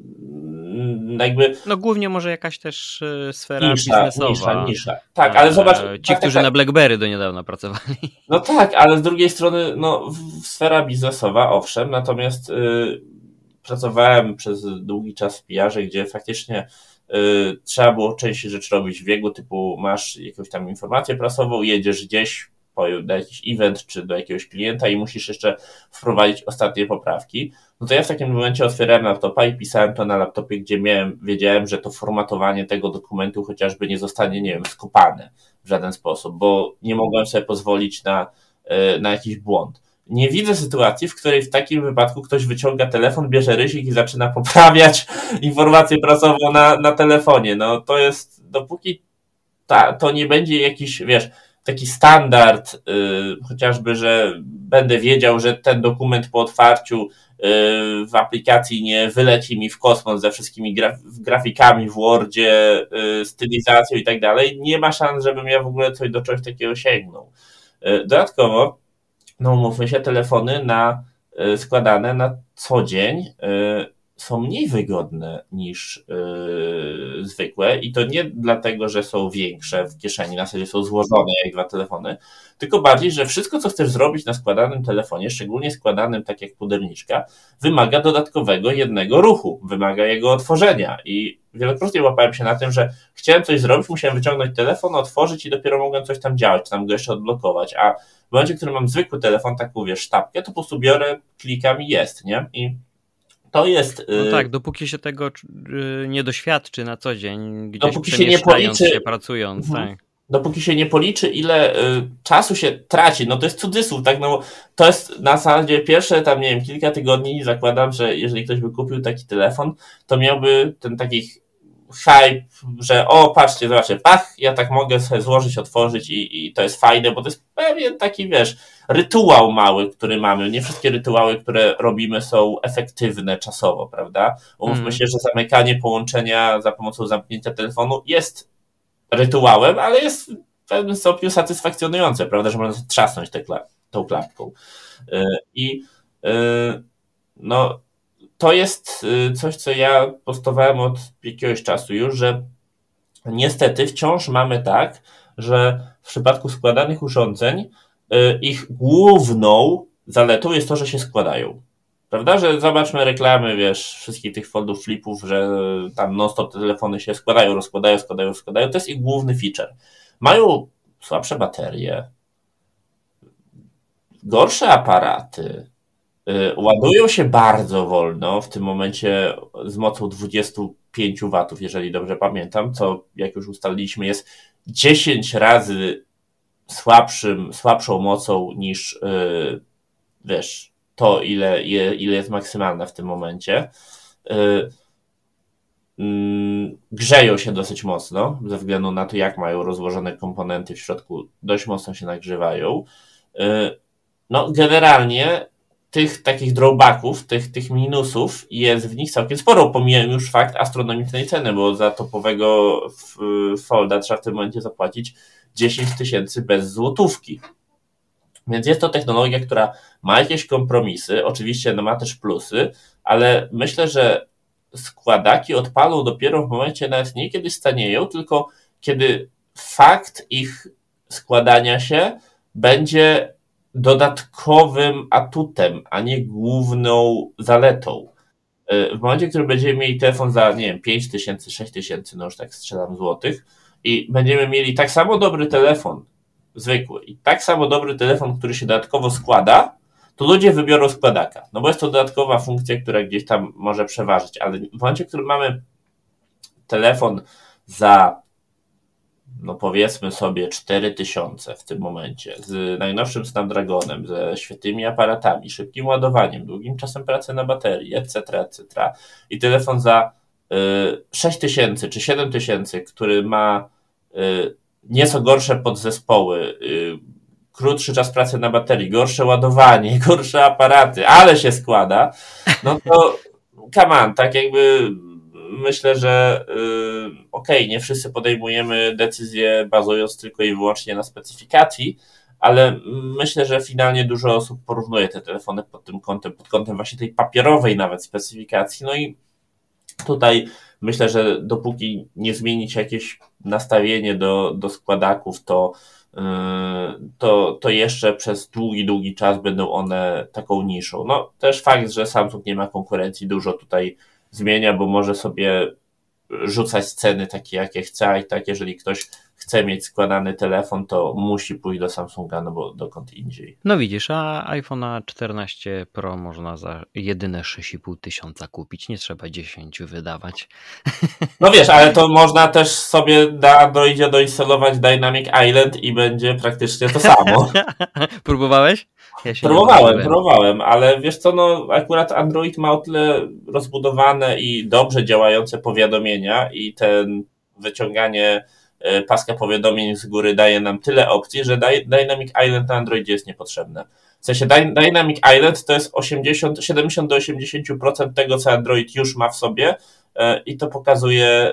jakby... No głównie może jakaś też sfera nisza, biznesowa. Nisza, nisza. Tak, ale zobacz... Ci, tak, którzy tak, na BlackBerry do niedawna pracowali. No tak, ale z drugiej strony no, sfera biznesowa, owszem, natomiast yy, pracowałem przez długi czas w P R-ze, gdzie faktycznie yy, trzeba było częściej rzeczy robić w biegu, typu masz jakąś tam informację prasową, jedziesz gdzieś na jakiś event czy do jakiegoś klienta i musisz jeszcze wprowadzić ostatnie poprawki, no to ja w takim momencie otwierałem laptopa i pisałem to na laptopie, gdzie miałem, wiedziałem, że to formatowanie tego dokumentu chociażby nie zostanie, nie wiem, skopane w żaden sposób, bo nie mogłem sobie pozwolić na, na jakiś błąd. Nie widzę sytuacji, w której w takim wypadku ktoś wyciąga telefon, bierze rysik i zaczyna poprawiać informację prasową na, na telefonie. No to jest, dopóki ta, to nie będzie jakiś, wiesz, taki standard, yy, chociażby, że będę wiedział, że ten dokument po otwarciu yy, w aplikacji nie wyleci mi w kosmos ze wszystkimi graf- grafikami w Wordzie, yy, stylizacją i tak dalej, nie ma szans, żebym ja w ogóle coś do czegoś takiego sięgnął. Yy, dodatkowo, no umówmy się, telefony na, yy, składane na co dzień yy, są mniej wygodne niż yy, zwykłe i to nie dlatego, że są większe w kieszeni, na zasadzie są złożone jak dwa telefony, tylko bardziej, że wszystko, co chcesz zrobić na składanym telefonie, szczególnie składanym tak jak puderniczka, wymaga dodatkowego jednego ruchu, wymaga jego otworzenia i wielokrotnie łapałem się na tym, że chciałem coś zrobić, musiałem wyciągnąć telefon, otworzyć i dopiero mogłem coś tam działać, czy tam go jeszcze odblokować, a w momencie, w którym mam zwykły telefon, taką wiesz, sztabkę, to po prostu biorę, klikam i jest, nie? I to jest... No tak, dopóki się tego nie doświadczy na co dzień, gdzieś dopóki się nie policzy, się, pracując. Mhm. Tak. dopóki się nie policzy, ile y, czasu się traci, no to jest cudzysłów, tak, no to jest na zasadzie pierwsze tam, nie wiem, kilka tygodni, zakładam, że jeżeli ktoś by kupił taki telefon, to miałby ten taki hype, że o, patrzcie, zobaczcie, pach, ja tak mogę sobie złożyć, otworzyć i, i to jest fajne, bo to jest pewien taki, wiesz, rytuał mały, który mamy. Nie wszystkie rytuały, które robimy, są efektywne czasowo, prawda? Umówmy Mm. się, że zamykanie połączenia za pomocą zamknięcia telefonu jest rytuałem, ale jest w pewnym stopniu satysfakcjonujące, prawda, że można trzasnąć tę kla- tą klapką. Yy, I yy, no, to jest yy, coś, co ja postawałem od jakiegoś czasu już, że niestety wciąż mamy tak, że w przypadku składanych urządzeń yy, ich główną zaletą jest to, że się składają. Prawda, że zobaczmy reklamy, wiesz, wszystkich tych foldów, flipów, że tam non-stop te telefony się składają, rozkładają, składają, składają. To jest ich główny feature. Mają słabsze baterie, gorsze aparaty, yy, ładują się bardzo wolno, w tym momencie z mocą dwadzieścia pięć watów, jeżeli dobrze pamiętam, co jak już ustaliliśmy jest dziesięć razy słabszym, słabszą mocą niż yy, wiesz, to, ile, ile jest maksymalna w tym momencie. Grzeją się dosyć mocno, ze względu na to, jak mają rozłożone komponenty w środku, dość mocno się nagrzewają. No, generalnie tych takich drawbacków, tych, tych minusów jest w nich całkiem sporo. Pomijam już fakt astronomicznej ceny, bo za topowego folda trzeba w tym momencie zapłacić dziesięć tysięcy bez złotówki. Więc jest to technologia, która ma jakieś kompromisy, oczywiście no ma też plusy, ale myślę, że składaki odpalą dopiero w momencie nawet nie kiedy stanieją, tylko kiedy fakt ich składania się będzie dodatkowym atutem, a nie główną zaletą. W momencie, w którym będziemy mieli telefon za, nie wiem, pięć tysięcy, sześć tysięcy, no już tak strzelam złotych, i będziemy mieli tak samo dobry telefon, zwykły, i tak samo dobry telefon, który się dodatkowo składa, to ludzie wybiorą składaka. No bo jest to dodatkowa funkcja, która gdzieś tam może przeważyć, ale w momencie, w którym mamy telefon za, no powiedzmy sobie, cztery tysiące w tym momencie, z najnowszym Snapdragonem, ze świetnymi aparatami, szybkim ładowaniem, długim czasem pracy na baterii, et cetera, et cetera, i telefon za y, sześć tysięcy czy siedem tysięcy, który ma y, nieco gorsze podzespoły, y, krótszy czas pracy na baterii, gorsze ładowanie, gorsze aparaty, ale się składa, no to come on, tak jakby myślę, że yy, okej, okay, nie wszyscy podejmujemy decyzje bazując tylko i wyłącznie na specyfikacji, ale myślę, że finalnie dużo osób porównuje te telefony pod tym kątem, pod kątem właśnie tej papierowej nawet specyfikacji, no i tutaj myślę, że dopóki nie zmieni się jakieś nastawienie do, do składaków, to, yy, to, to jeszcze przez długi, długi czas będą one taką niszą. No też fakt, że Samsung nie ma konkurencji, dużo tutaj zmienia, bo może sobie rzucać ceny takie, jakie chce, a i tak jeżeli ktoś chce mieć składany telefon, to musi pójść do Samsunga, no bo dokąd indziej. No widzisz, a iPhone'a czternaście Pro można za jedyne sześć i pół tysiąca kupić, nie trzeba dziesięć wydawać. No wiesz, ale to można też sobie na Androidzie doinstalować Dynamic Island i będzie praktycznie to samo. Próbowałeś? Ja się próbowałem, próbowałem, ale wiesz co, no akurat Android ma o tyle rozbudowane i dobrze działające powiadomienia i ten wyciąganie paska powiadomień z góry daje nam tyle opcji, że Dynamic Island na Androidzie jest niepotrzebne. W sensie Dynamic Island to jest osiemdziesiąt, siedemdziesiąt do osiemdziesięciu procent tego, co Android już ma w sobie i to pokazuje,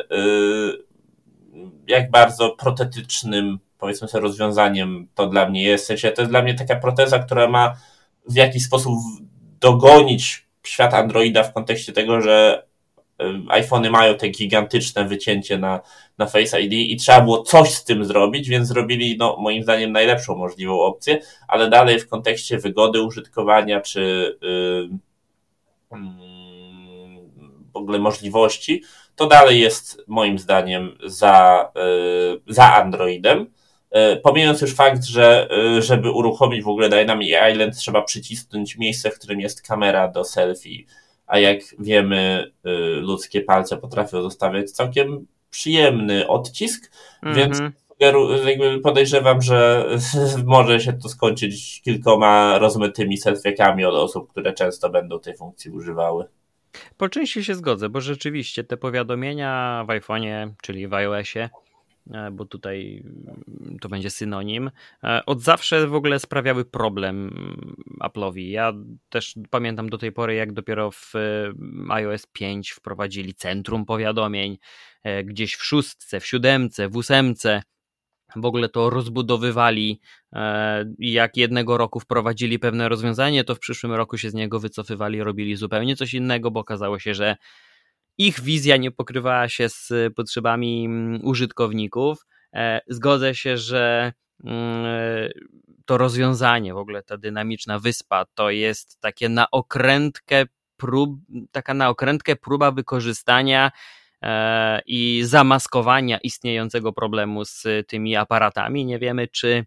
jak bardzo protetycznym, powiedzmy sobie, rozwiązaniem to dla mnie jest. W sensie to jest dla mnie taka proteza, która ma w jakiś sposób dogonić świat Androida w kontekście tego, że iPhony mają te gigantyczne wycięcie na, na Face I D i trzeba było coś z tym zrobić, więc zrobili, no, moim zdaniem najlepszą możliwą opcję, ale dalej w kontekście wygody użytkowania czy yy, yy, w ogóle możliwości, to dalej jest moim zdaniem za, yy, za Androidem. Yy, pomijając już fakt, że yy, żeby uruchomić w ogóle Dynamic Island trzeba przycisnąć miejsce, w którym jest kamera do selfie, a jak wiemy, ludzkie palce potrafią zostawiać całkiem przyjemny odcisk, mm-hmm. Więc jakby podejrzewam, że może się to skończyć kilkoma rozmytymi selfiekami od osób, które często będą tej funkcji używały. Po części się zgodzę, bo rzeczywiście te powiadomienia w iPhone'ie, czyli w iOSie, bo tutaj to będzie synonim, od zawsze w ogóle sprawiały problem Apple'owi. Ja też pamiętam do tej pory, jak dopiero w iOS pięć wprowadzili centrum powiadomień, gdzieś w szóstce, w siódemce, w ósemce, w ogóle to rozbudowywali i jak jednego roku wprowadzili pewne rozwiązanie, to w przyszłym roku się z niego wycofywali, robili zupełnie coś innego, bo okazało się, że ich wizja nie pokrywała się z potrzebami użytkowników. Zgodzę się, że to rozwiązanie, w ogóle ta dynamiczna wyspa, to jest takie na okrętkę prób, taka na okrętkę próba wykorzystania i zamaskowania istniejącego problemu z tymi aparatami. Nie wiemy, czy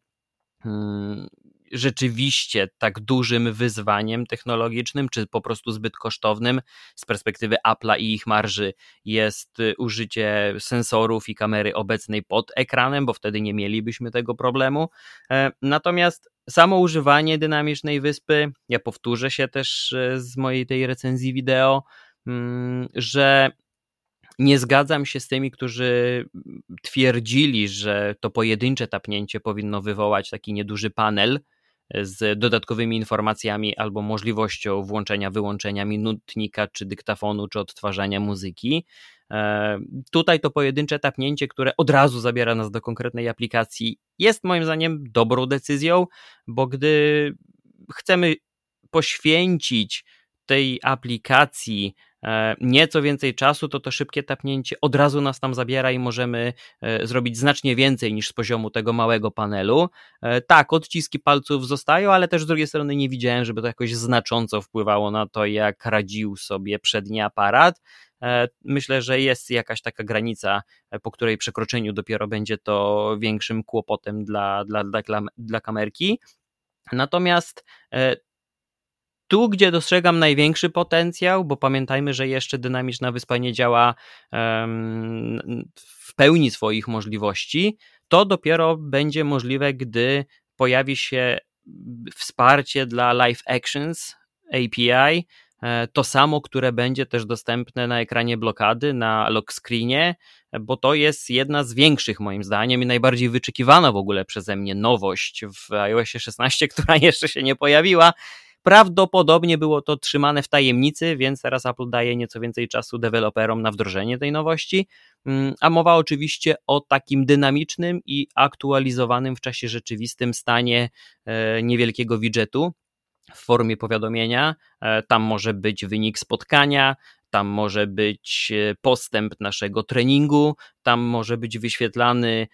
rzeczywiście tak dużym wyzwaniem technologicznym, czy po prostu zbyt kosztownym z perspektywy Apple'a i ich marży jest użycie sensorów i kamery obecnej pod ekranem, bo wtedy nie mielibyśmy tego problemu. Natomiast samo używanie dynamicznej wyspy, ja powtórzę się też z mojej tej recenzji wideo, że nie zgadzam się z tymi, którzy twierdzili, że to pojedyncze tapnięcie powinno wywołać taki nieduży panel z dodatkowymi informacjami albo możliwością włączenia, wyłączenia minutnika, czy dyktafonu, czy odtwarzania muzyki. Tutaj to pojedyncze tapnięcie, które od razu zabiera nas do konkretnej aplikacji, jest moim zdaniem dobrą decyzją, bo gdy chcemy poświęcić tej aplikacji nieco więcej czasu, to to szybkie tapnięcie od razu nas tam zabiera i możemy zrobić znacznie więcej niż z poziomu tego małego panelu. Tak, odciski palców zostają, ale też z drugiej strony nie widziałem, żeby to jakoś znacząco wpływało na to, jak radził sobie przedni aparat. Myślę, że jest jakaś taka granica, po której przekroczeniu dopiero będzie to większym kłopotem dla, dla, dla, dla kamerki. Natomiast tu, gdzie dostrzegam największy potencjał, bo pamiętajmy, że jeszcze dynamiczna wyspa nie działa um, w pełni swoich możliwości, to dopiero będzie możliwe, gdy pojawi się wsparcie dla Live Actions A P I, to samo, które będzie też dostępne na ekranie blokady, na lock screenie, bo to jest jedna z większych moim zdaniem i najbardziej wyczekiwana w ogóle przeze mnie nowość w iOSie szesnaście, która jeszcze się nie pojawiła. Prawdopodobnie było to trzymane w tajemnicy, więc teraz Apple daje nieco więcej czasu deweloperom na wdrożenie tej nowości, a mowa oczywiście o takim dynamicznym i aktualizowanym w czasie rzeczywistym stanie niewielkiego widgetu w formie powiadomienia. Tam może być wynik spotkania, tam może być postęp naszego treningu, tam może być wyświetlany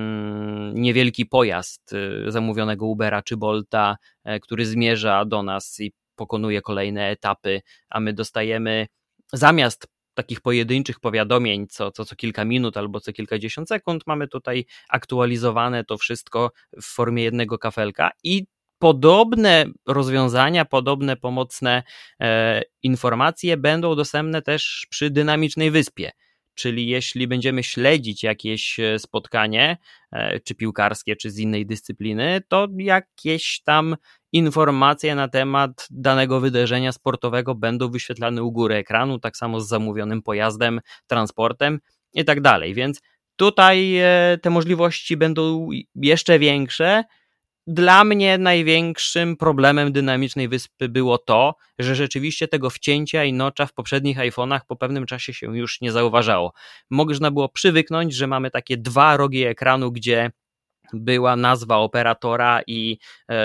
mm, niewielki pojazd zamówionego Ubera czy Bolta, który zmierza do nas i pokonuje kolejne etapy, a my dostajemy zamiast takich pojedynczych powiadomień co, co, co kilka minut albo co kilkadziesiąt sekund, mamy tutaj aktualizowane to wszystko w formie jednego kafelka i podobne rozwiązania, podobne pomocne e, informacje będą dostępne też przy dynamicznej wyspie, czyli jeśli będziemy śledzić jakieś spotkanie, e, czy piłkarskie, czy z innej dyscypliny, to jakieś tam informacje na temat danego wydarzenia sportowego będą wyświetlane u góry ekranu, tak samo z zamówionym pojazdem, transportem i tak dalej, więc tutaj e, te możliwości będą jeszcze większe. Dla mnie największym problemem dynamicznej wyspy było to, że rzeczywiście tego wcięcia i notcha w poprzednich iPhone'ach po pewnym czasie się już nie zauważało. Można było przywyknąć, że mamy takie dwa rogi ekranu, gdzie była nazwa operatora i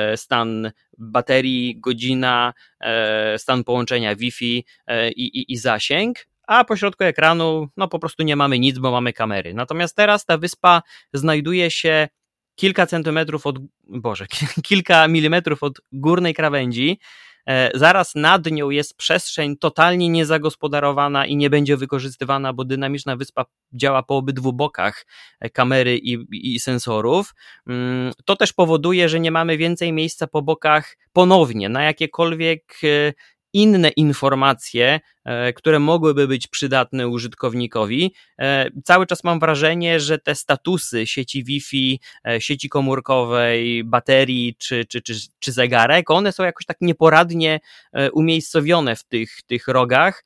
stan baterii, godzina, stan połączenia Wi-Fi i, i, i zasięg, a po środku ekranu no po prostu nie mamy nic, bo mamy kamery. Natomiast teraz ta wyspa znajduje się kilka centymetrów od, boże, kilka milimetrów od górnej krawędzi, zaraz nad nią jest przestrzeń totalnie niezagospodarowana i nie będzie wykorzystywana, bo dynamiczna wyspa działa po obydwu bokach kamery i, i sensorów. To też powoduje, że nie mamy więcej miejsca po bokach ponownie na jakiekolwiek inne informacje, które mogłyby być przydatne użytkownikowi. Cały czas mam wrażenie, że te statusy sieci Wi-Fi, sieci komórkowej, baterii czy, czy, czy, czy zegarek, one są jakoś tak nieporadnie umiejscowione w tych, tych rogach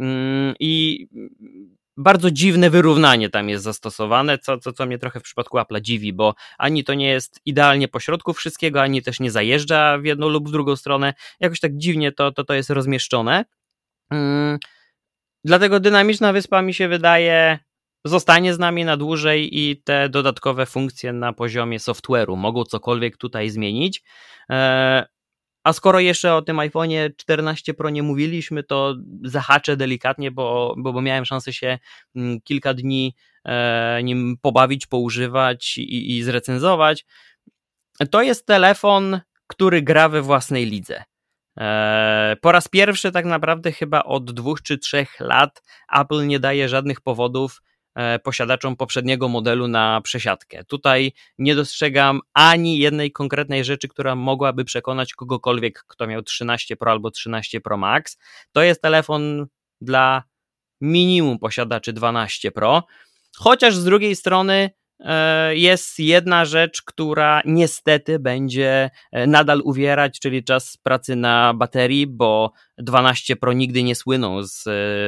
i bardzo dziwne wyrównanie tam jest zastosowane, co, co, co mnie trochę w przypadku Apple'a dziwi, bo ani to nie jest idealnie pośrodku wszystkiego, ani też nie zajeżdża w jedną lub w drugą stronę. Jakoś tak dziwnie to, to, to jest rozmieszczone. Hmm. Dlatego dynamiczna wyspa mi się wydaje zostanie z nami na dłużej i te dodatkowe funkcje na poziomie software'u mogą cokolwiek tutaj zmienić. Eee, A skoro jeszcze o tym iPhone'ie czternaście Pro nie mówiliśmy, to zahaczę delikatnie, bo, bo, bo miałem szansę się kilka dni e, nim pobawić, poużywać i, i zrecenzować. To jest telefon, który gra we własnej lidze. E, po raz pierwszy tak naprawdę chyba od dwóch czy trzech lat Apple nie daje żadnych powodów posiadaczom poprzedniego modelu na przesiadkę. Tutaj nie dostrzegam ani jednej konkretnej rzeczy, która mogłaby przekonać kogokolwiek, kto miał trzynaście Pro albo trzynaście Pro Max. To jest telefon dla minimum posiadaczy dwanaście Pro, chociaż z drugiej strony jest jedna rzecz, która niestety będzie nadal uwierać, czyli czas pracy na baterii, bo dwanaście Pro nigdy nie słyną z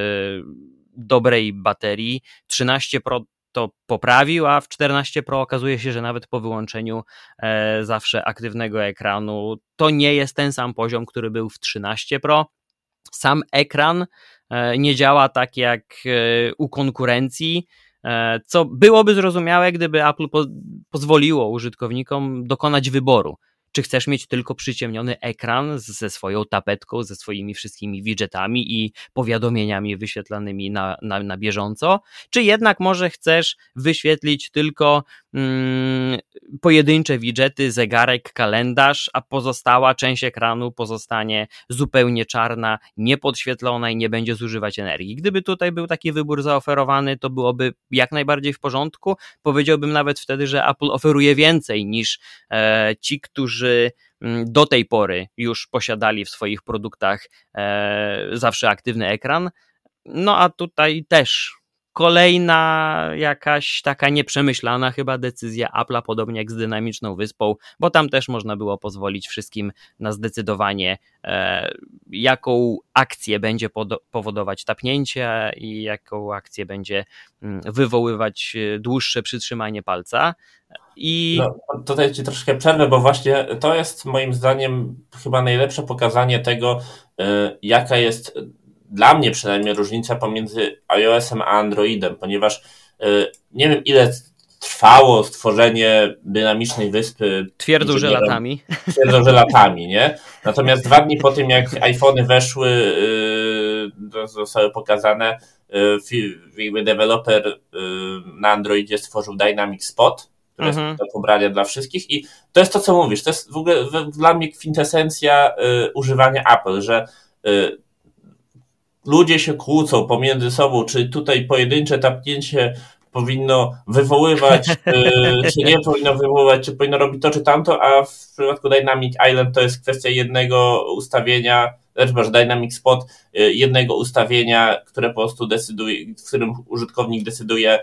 dobrej baterii. trzynaście Pro to poprawił, a w czternaście Pro okazuje się, że nawet po wyłączeniu e, zawsze aktywnego ekranu to nie jest ten sam poziom, który był w trzynaście Pro. Sam ekran e, nie działa tak jak e, u konkurencji, e, co byłoby zrozumiałe, gdyby Apple po, pozwoliło użytkownikom dokonać wyboru. Czy chcesz mieć tylko przyciemniony ekran ze swoją tapetką, ze swoimi wszystkimi widgetami i powiadomieniami wyświetlanymi na, na, na bieżąco, czy jednak może chcesz wyświetlić tylko mm, pojedyncze widgety, zegarek, kalendarz, a pozostała część ekranu pozostanie zupełnie czarna, niepodświetlona i nie będzie zużywać energii. Gdyby tutaj był taki wybór zaoferowany, to byłoby jak najbardziej w porządku. Powiedziałbym nawet wtedy, że Apple oferuje więcej niż e, ci, którzy do tej pory już posiadali w swoich produktach e, zawsze aktywny ekran. No a tutaj też kolejna jakaś taka nieprzemyślana chyba decyzja Apple'a, podobnie jak z dynamiczną wyspą, bo tam też można było pozwolić wszystkim na zdecydowanie, e, jaką akcję będzie pod- powodować tapnięcie i jaką akcję będzie wywoływać dłuższe przytrzymanie palca. I... No, tutaj ci troszkę przerwę, bo właśnie to jest moim zdaniem chyba najlepsze pokazanie tego, y, jaka jest dla mnie przynajmniej różnica pomiędzy iOS-em a Androidem, ponieważ y, nie wiem ile trwało stworzenie dynamicznej wyspy. Twierdzą, że latami. Twierdzą, że latami, nie? Natomiast dwa dni po tym, jak iPhony weszły, yy, zostały pokazane, yy, deweloper yy, na Androidzie stworzył Dynamic Spot, które mhm. jest do pobrania dla wszystkich i to jest to, co mówisz, to jest w ogóle dla mnie kwintesencja yy, używania Apple, że yy, ludzie się kłócą pomiędzy sobą, czy tutaj pojedyncze tapnięcie powinno wywoływać, czy nie powinno wywoływać, czy powinno robić to, czy tamto, a w przypadku Dynamic Island to jest kwestia jednego ustawienia, znaczy może Dynamic Spot, jednego ustawienia, które po prostu decyduje, w którym użytkownik decyduje,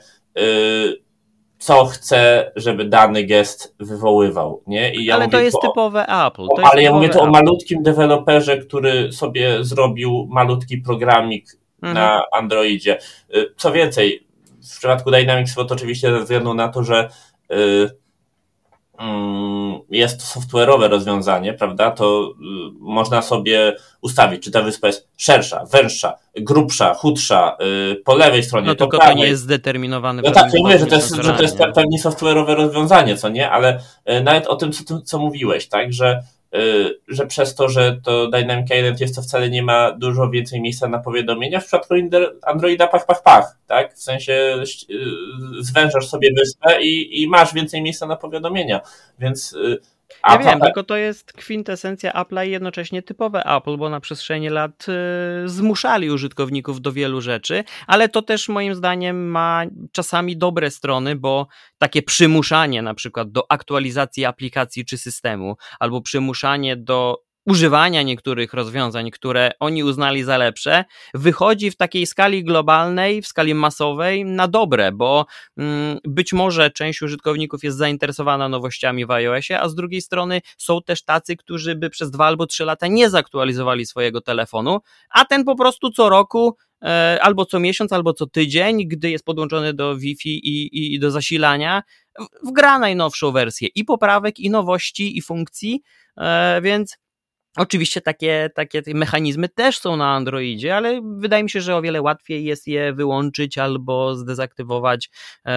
co chce, żeby dany gest wywoływał, nie? I ja ale to jest o, typowe Apple. To o, jest ale ja mówię to Apple. o malutkim deweloperze, który sobie zrobił malutki programik mhm. na Androidzie. Co więcej, w przypadku Dynamic Spot oczywiście ze względu na to, że y, y, jest to software'owe rozwiązanie, prawda, to y, można sobie ustawić, czy ta wyspa jest szersza, węższa, grubsza, chudsza, y, po lewej stronie, no po tylko prawej. To nie jest zdeterminowane. No tak, ja mówię, że to jest, że to jest pewnie software'owe rozwiązanie, co nie, ale y, nawet o tym, co, co mówiłeś, tak, że że przez to, że to Dynamic Island jest, to wcale nie ma dużo więcej miejsca na powiadomienia. W przypadku Androida pach, pach, pach, tak? W sensie zwężasz sobie wyspę i, i masz więcej miejsca na powiadomienia, więc... Ja wiem, tylko to jest kwintesencja Apple'a i jednocześnie typowe Apple, bo na przestrzeni lat y, zmuszali użytkowników do wielu rzeczy, ale to też moim zdaniem ma czasami dobre strony, bo takie przymuszanie na przykład do aktualizacji aplikacji czy systemu, albo przymuszanie do używania niektórych rozwiązań, które oni uznali za lepsze, wychodzi w takiej skali globalnej, w skali masowej na dobre, bo mm, być może część użytkowników jest zainteresowana nowościami w iOSie, a z drugiej strony są też tacy, którzy by przez dwa albo trzy lata nie zaktualizowali swojego telefonu, a ten po prostu co roku e, albo co miesiąc, albo co tydzień, gdy jest podłączony do Wi-Fi i, i do zasilania, wgra najnowszą wersję i poprawek, i nowości, i funkcji, e, więc oczywiście takie, takie mechanizmy też są na Androidzie, ale wydaje mi się, że o wiele łatwiej jest je wyłączyć albo zdezaktywować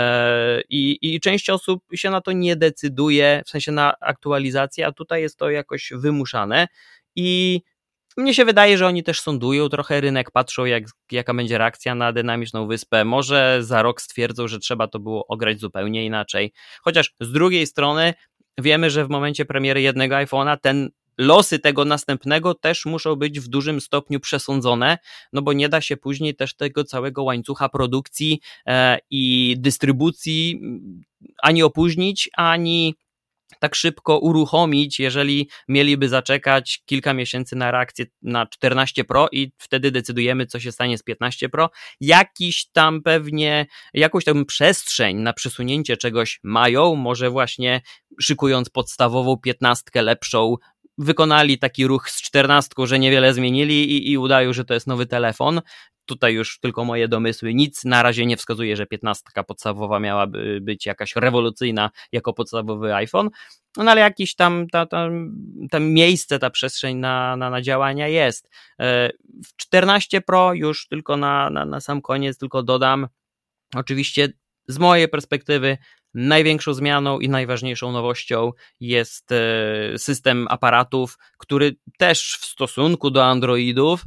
i, i część osób się na to nie decyduje, w sensie na aktualizację, a tutaj jest to jakoś wymuszane i mnie się wydaje, że oni też sądują trochę rynek, patrzą jak, jaka będzie reakcja na dynamiczną wyspę, może za rok stwierdzą, że trzeba to było ograć zupełnie inaczej, chociaż z drugiej strony wiemy, że w momencie premiery jednego iPhone'a ten losy tego następnego też muszą być w dużym stopniu przesądzone, no bo nie da się później też tego całego łańcucha produkcji e, i dystrybucji ani opóźnić, ani tak szybko uruchomić, jeżeli mieliby zaczekać kilka miesięcy na reakcję na czternaście Pro i wtedy decydujemy, co się stanie z piętnaście Pro. Jakiś tam pewnie, jakąś tam przestrzeń na przesunięcie czegoś mają, może właśnie szykując podstawową piętnastkę lepszą, wykonali taki ruch z czternastką, że niewiele zmienili i, i udają, że to jest nowy telefon. Tutaj już tylko moje domysły, nic na razie nie wskazuje, że piętnastka podstawowa miałaby być jakaś rewolucyjna jako podstawowy iPhone, no ale jakieś tam ta, ta, ta miejsce, ta przestrzeń na, na, na działania jest. W czternaście Pro już tylko na, na, na sam koniec tylko dodam, oczywiście z mojej perspektywy największą zmianą i najważniejszą nowością jest system aparatów, który też w stosunku do Androidów,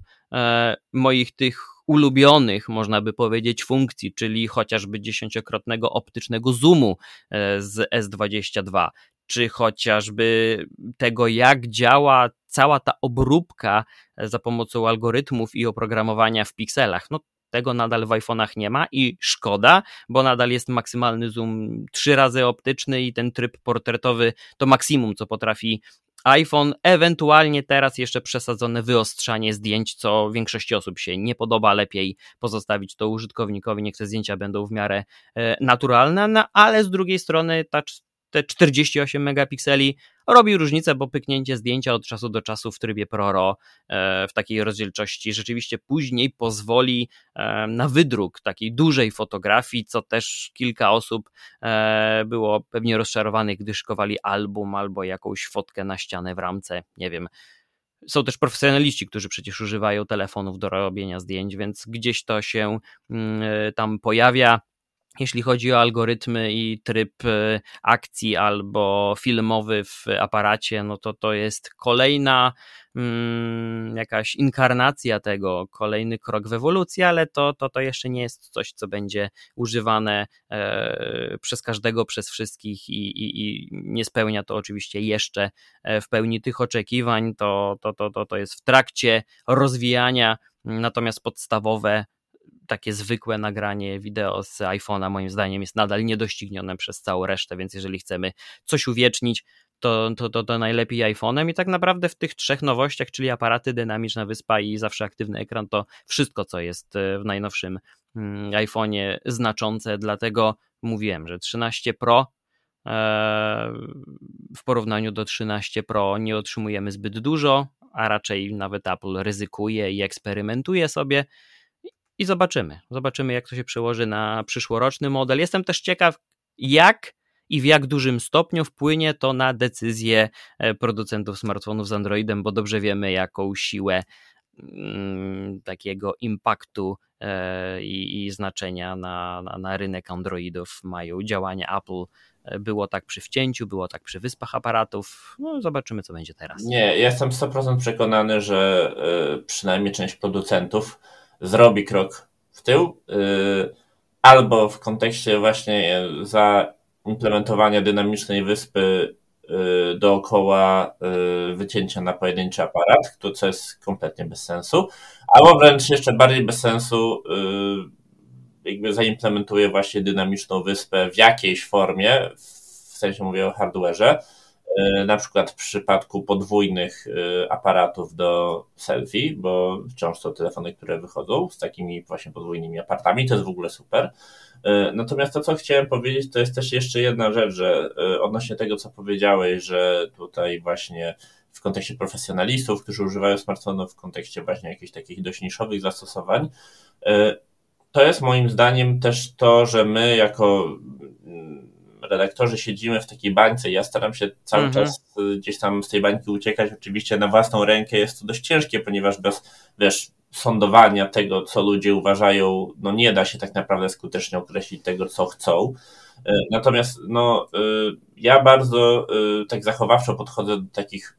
moich tych ulubionych, można by powiedzieć, funkcji, czyli chociażby dziesięciokrotnego optycznego zoomu z S dwadzieścia dwa, czy chociażby tego, jak działa cała ta obróbka za pomocą algorytmów i oprogramowania w pikselach. No tego nadal w iPhone'ach nie ma i szkoda, bo nadal jest maksymalny zoom trzy razy optyczny i ten tryb portretowy to maksimum, co potrafi iPhone, ewentualnie teraz jeszcze przesadzone wyostrzanie zdjęć, co większości osób się nie podoba, lepiej pozostawić to użytkownikowi, niech te zdjęcia będą w miarę naturalne, no, ale z drugiej strony ta te czterdzieści osiem megapikseli robi różnicę, bo pyknięcie zdjęcia od czasu do czasu w trybie ProRAW w takiej rozdzielczości rzeczywiście później pozwoli na wydruk takiej dużej fotografii, co też kilka osób było pewnie rozczarowanych, gdy szykowali album albo jakąś fotkę na ścianę w ramce, nie wiem. Są też profesjonaliści, którzy przecież używają telefonów do robienia zdjęć, więc gdzieś to się tam pojawia. Jeśli chodzi o algorytmy i tryb akcji albo filmowy w aparacie, no to to jest kolejna mm, jakaś inkarnacja tego, kolejny krok w ewolucji, ale to, to, to jeszcze nie jest coś, co będzie używane e, przez każdego, przez wszystkich i, i, i nie spełnia to oczywiście jeszcze w pełni tych oczekiwań, to, to, to, to, to jest w trakcie rozwijania, natomiast podstawowe takie zwykłe nagranie wideo z iPhone'a moim zdaniem jest nadal niedoścignione przez całą resztę, więc jeżeli chcemy coś uwiecznić, to, to, to, to najlepiej iPhone'em i tak naprawdę w tych trzech nowościach, czyli aparaty, dynamiczna wyspa i zawsze aktywny ekran, to wszystko, co jest w najnowszym iPhone'ie znaczące, dlatego mówiłem, że trzynaście Pro w porównaniu do trzynaście Pro nie otrzymujemy zbyt dużo, a raczej nawet Apple ryzykuje i eksperymentuje sobie. I zobaczymy, zobaczymy jak to się przełoży na przyszłoroczny model. Jestem też ciekaw, jak i w jak dużym stopniu wpłynie to na decyzje producentów smartfonów z Androidem, bo dobrze wiemy, jaką siłę mm, takiego impaktu e, i, i znaczenia na, na, na rynek Androidów mają działania Apple. Było tak przy wcięciu, było tak przy wyspach aparatów. No zobaczymy, co będzie teraz. Nie, jestem sto procent przekonany, że y, przynajmniej część producentów zrobi krok w tył, yy, albo w kontekście właśnie zaimplementowania dynamicznej wyspy yy, dookoła yy, wycięcia na pojedynczy aparat, to co jest kompletnie bez sensu, albo wręcz jeszcze bardziej bez sensu yy, jakby zaimplementuje właśnie dynamiczną wyspę w jakiejś formie, w sensie mówię o hardware'ze, na przykład w przypadku podwójnych aparatów do selfie, bo wciąż są telefony, które wychodzą z takimi właśnie podwójnymi apartami, to jest w ogóle super. Natomiast to, co chciałem powiedzieć, to jest też jeszcze jedna rzecz, że odnośnie tego, co powiedziałeś, że tutaj właśnie w kontekście profesjonalistów, którzy używają smartfonów, w kontekście właśnie jakichś takich dość niszowych zastosowań, to jest moim zdaniem też to, że my jako redaktorzy siedzimy w takiej bańce i ja staram się cały mhm. czas gdzieś tam z tej bańki uciekać. Oczywiście na własną rękę jest to dość ciężkie, ponieważ bez, wiesz, sądowania tego, co ludzie uważają, no nie da się tak naprawdę skutecznie określić tego, co chcą. Natomiast no, ja bardzo tak zachowawczo podchodzę do takich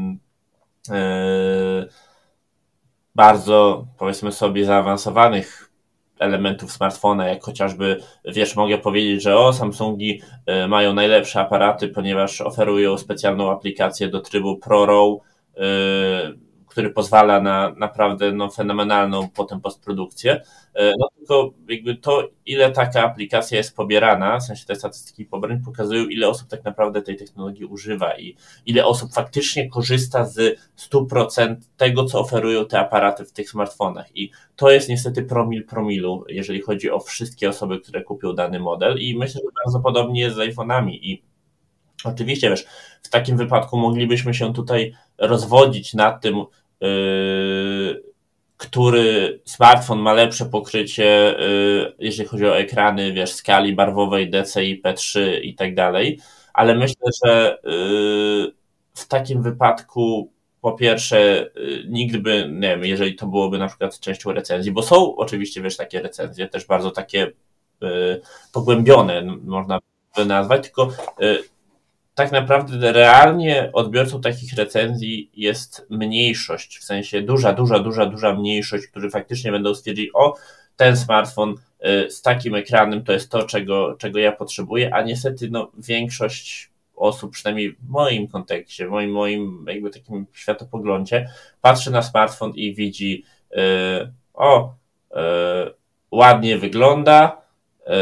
bardzo, powiedzmy sobie, zaawansowanych elementów smartfona, jak chociażby, wiesz, mogę powiedzieć, że o, Samsungi mają najlepsze aparaty, ponieważ oferują specjalną aplikację do trybu ProRAW, który pozwala na naprawdę no, fenomenalną potem postprodukcję. No tylko jakby to, ile taka aplikacja jest pobierana, w sensie te statystyki pobrań pokazują, ile osób tak naprawdę tej technologii używa i ile osób faktycznie korzysta z stu procent tego, co oferują te aparaty w tych smartfonach. I to jest niestety promil promilu, jeżeli chodzi o wszystkie osoby, które kupią dany model i myślę, że bardzo podobnie jest z iPhone'ami i oczywiście, wiesz, w takim wypadku moglibyśmy się tutaj rozwodzić nad tym, yy, który smartfon ma lepsze pokrycie, yy, jeżeli chodzi o ekrany, wiesz, skali barwowej D C I P trzy i tak dalej, ale myślę, że yy, w takim wypadku po pierwsze, yy, nikt by, nie wiem, jeżeli to byłoby na przykład częścią recenzji, bo są oczywiście, wiesz, takie recenzje, też bardzo takie yy, pogłębione, można by nazwać, tylko yy, tak naprawdę realnie odbiorcą takich recenzji jest mniejszość, w sensie duża, duża, duża, duża mniejszość, którzy faktycznie będą stwierdzili, o, ten smartfon z takim ekranem to jest to, czego, czego ja potrzebuję, a niestety no, większość osób, przynajmniej w moim kontekście, w moim, moim jakby takim światopoglądzie, patrzy na smartfon i widzi, yy, o, yy, ładnie wygląda, yy,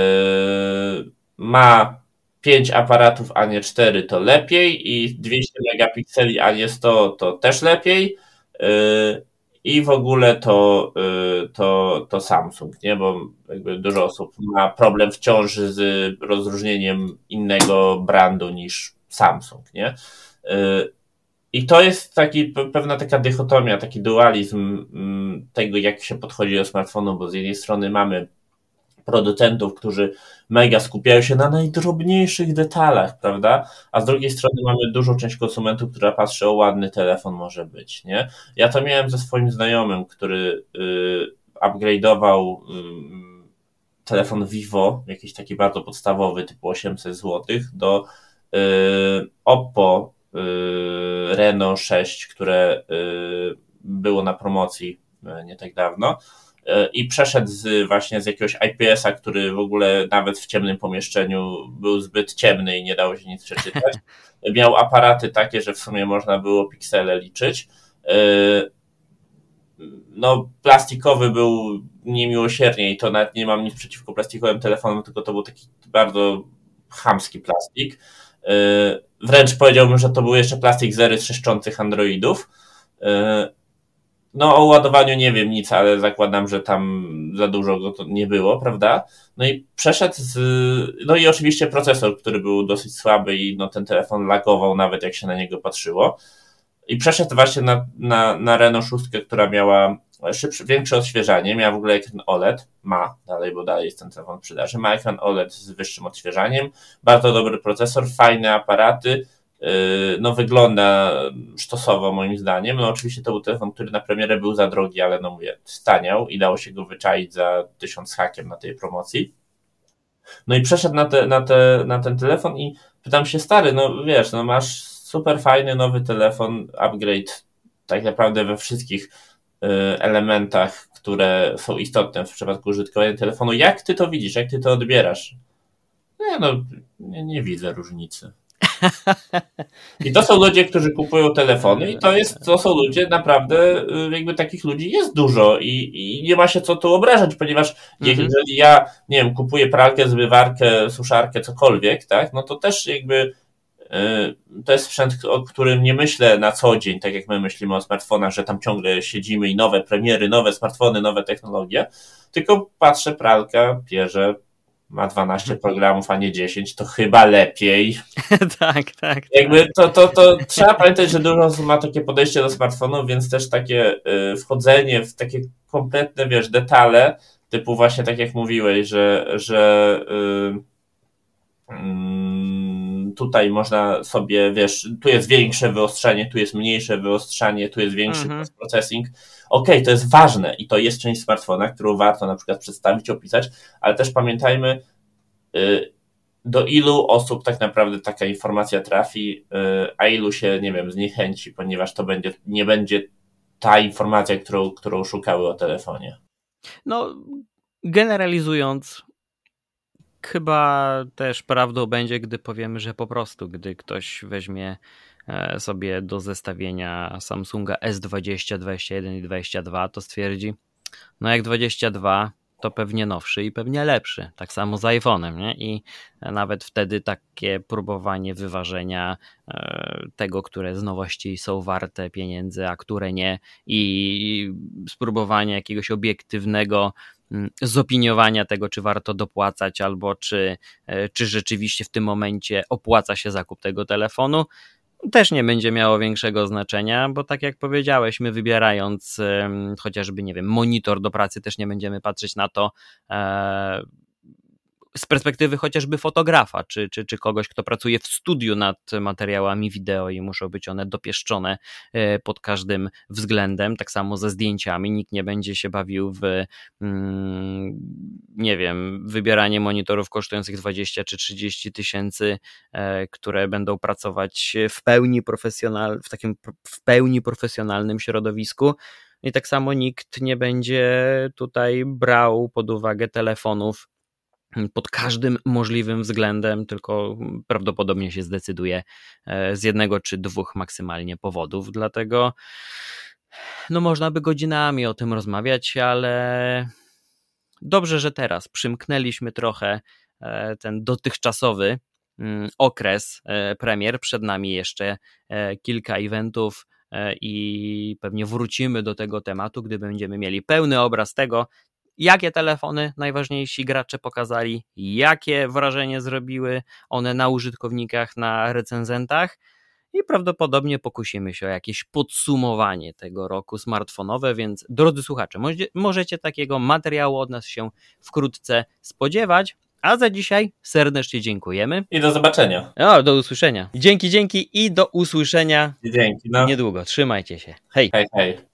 ma pięć aparatów, a nie cztery, to lepiej i dwieście megapikseli, a nie sto, to też lepiej i w ogóle to, to, to Samsung, nie? Bo jakby dużo osób ma problem wciąż z rozróżnieniem innego brandu niż Samsung, nie? I to jest taki, pewna taka dychotomia, taki dualizm tego, jak się podchodzi do smartfonu, bo z jednej strony mamy producentów, którzy mega skupiają się na najdrobniejszych detalach, prawda? A z drugiej strony mamy dużą część konsumentów, która patrzy, o ładny telefon może być, nie? Ja to miałem ze swoim znajomym, który y, upgrade'ował y, telefon Vivo, jakiś taki bardzo podstawowy, typu osiemset złotych, do y, Oppo y, Reno sześć, które y, było na promocji y, nie tak dawno. I przeszedł z, właśnie z jakiegoś I P S a, który w ogóle nawet w ciemnym pomieszczeniu był zbyt ciemny i nie dało się nic przeczytać. Miał aparaty takie, że w sumie można było piksele liczyć. No, plastikowy był niemiłosiernie i to nawet nie mam nic przeciwko plastikowym telefonom, tylko to był taki bardzo chamski plastik. Wręcz powiedziałbym, że to był jeszcze plastik z ery trzeszczących androidów. No o ładowaniu nie wiem nic, ale zakładam, że tam za dużo go to nie było, prawda? No i przeszedł z... No i oczywiście procesor, który był dosyć słaby i no ten telefon lagował nawet jak się na niego patrzyło. I przeszedł właśnie na, na, na Reno sześć, która miała szybsze, większe odświeżanie, miała w ogóle ekran O L E D, ma dalej, bo dalej jest ten telefon w sprzedaży, ma ekran O L E D z wyższym odświeżaniem, bardzo dobry procesor, fajne aparaty, no wygląda sztosowo moim zdaniem. No oczywiście to był telefon, który na premierę był za drogi, ale no mówię, staniał i dało się go wyczaić za tysiąc hakiem na tej promocji. No i przeszedł na, te, na, te, na ten telefon i pytam się, stary, no wiesz, no masz super fajny nowy telefon, upgrade tak naprawdę we wszystkich elementach, które są istotne w przypadku użytkowania telefonu. Jak ty to widzisz? Jak ty to odbierasz? Nie, no nie, nie widzę różnicy. I to są ludzie, którzy kupują telefony i to jest, to są ludzie naprawdę, jakby takich ludzi jest dużo i, i nie ma się co tu obrażać, ponieważ mhm. jeżeli ja, nie wiem, kupuję pralkę, zmywarkę, suszarkę, cokolwiek, tak, no to też jakby to jest sprzęt, o którym nie myślę na co dzień, tak jak my myślimy o smartfonach, że tam ciągle siedzimy i nowe premiery, nowe smartfony, nowe technologie, tylko patrzę, pralka, pierze, ma dwanaście programów, a nie dziesięć, to chyba lepiej. tak, tak. Jakby to, to, to trzeba pamiętać, że dużo osób ma takie podejście do smartfonów, więc też takie y, wchodzenie w takie kompletne, wiesz, detale, typu właśnie tak jak mówiłeś, że, że y, y, tutaj można sobie, wiesz, tu jest większe wyostrzenie, tu jest mniejsze wyostrzanie, tu jest większy mhm. processing. Okej, okay, to jest ważne i to jest część smartfona, którą warto na przykład przedstawić, opisać, ale też pamiętajmy, y, do ilu osób tak naprawdę taka informacja trafi, a ilu się, nie wiem, zniechęci, ponieważ to będzie, nie będzie ta informacja, którą, którą szukały o telefonie. No, generalizując, chyba też prawdą będzie, gdy powiemy, że po prostu, gdy ktoś weźmie sobie do zestawienia Samsunga S dwadzieścia, dwadzieścia jeden i dwadzieścia dwa, to stwierdzi, no jak dwadzieścia dwa, to pewnie nowszy i pewnie lepszy. Tak samo z iPhone'em, nie? I nawet wtedy takie próbowanie wyważenia tego, które z nowości są warte pieniędzy, a które nie, i spróbowanie jakiegoś obiektywnego zopiniowania tego, czy warto dopłacać, albo czy, czy rzeczywiście w tym momencie opłaca się zakup tego telefonu, też nie będzie miało większego znaczenia, bo tak jak powiedziałeś, my wybierając um, chociażby, nie wiem, monitor do pracy, też nie będziemy patrzeć na to e, z perspektywy chociażby fotografa, czy, czy, czy kogoś, kto pracuje w studiu nad materiałami wideo i muszą być one dopieszczone e, pod każdym względem, tak samo ze zdjęciami. Nikt nie będzie się bawił w mm, nie wiem, wybieranie monitorów kosztujących dwadzieścia czy trzydzieści tysięcy, e, które będą pracować w pełni profesjonal, w takim w pełni profesjonalnym środowisku. I tak samo nikt nie będzie tutaj brał pod uwagę telefonów pod każdym możliwym względem, tylko prawdopodobnie się zdecyduje z jednego czy dwóch maksymalnie powodów, dlatego no można by godzinami o tym rozmawiać, ale dobrze, że teraz przymknęliśmy trochę ten dotychczasowy okres premier, przed nami jeszcze kilka eventów i pewnie wrócimy do tego tematu, gdy będziemy mieli pełny obraz tego, jakie telefony najważniejsi gracze pokazali, jakie wrażenie zrobiły one na użytkownikach, na recenzentach i prawdopodobnie pokusimy się o jakieś podsumowanie tego roku smartfonowe, więc drodzy słuchacze, możecie takiego materiału od nas się wkrótce spodziewać, a za dzisiaj serdecznie dziękujemy. I do zobaczenia. O, do usłyszenia. Dzięki, dzięki i do usłyszenia dzięki, no. niedługo. Trzymajcie się. Hej. Hej, hej.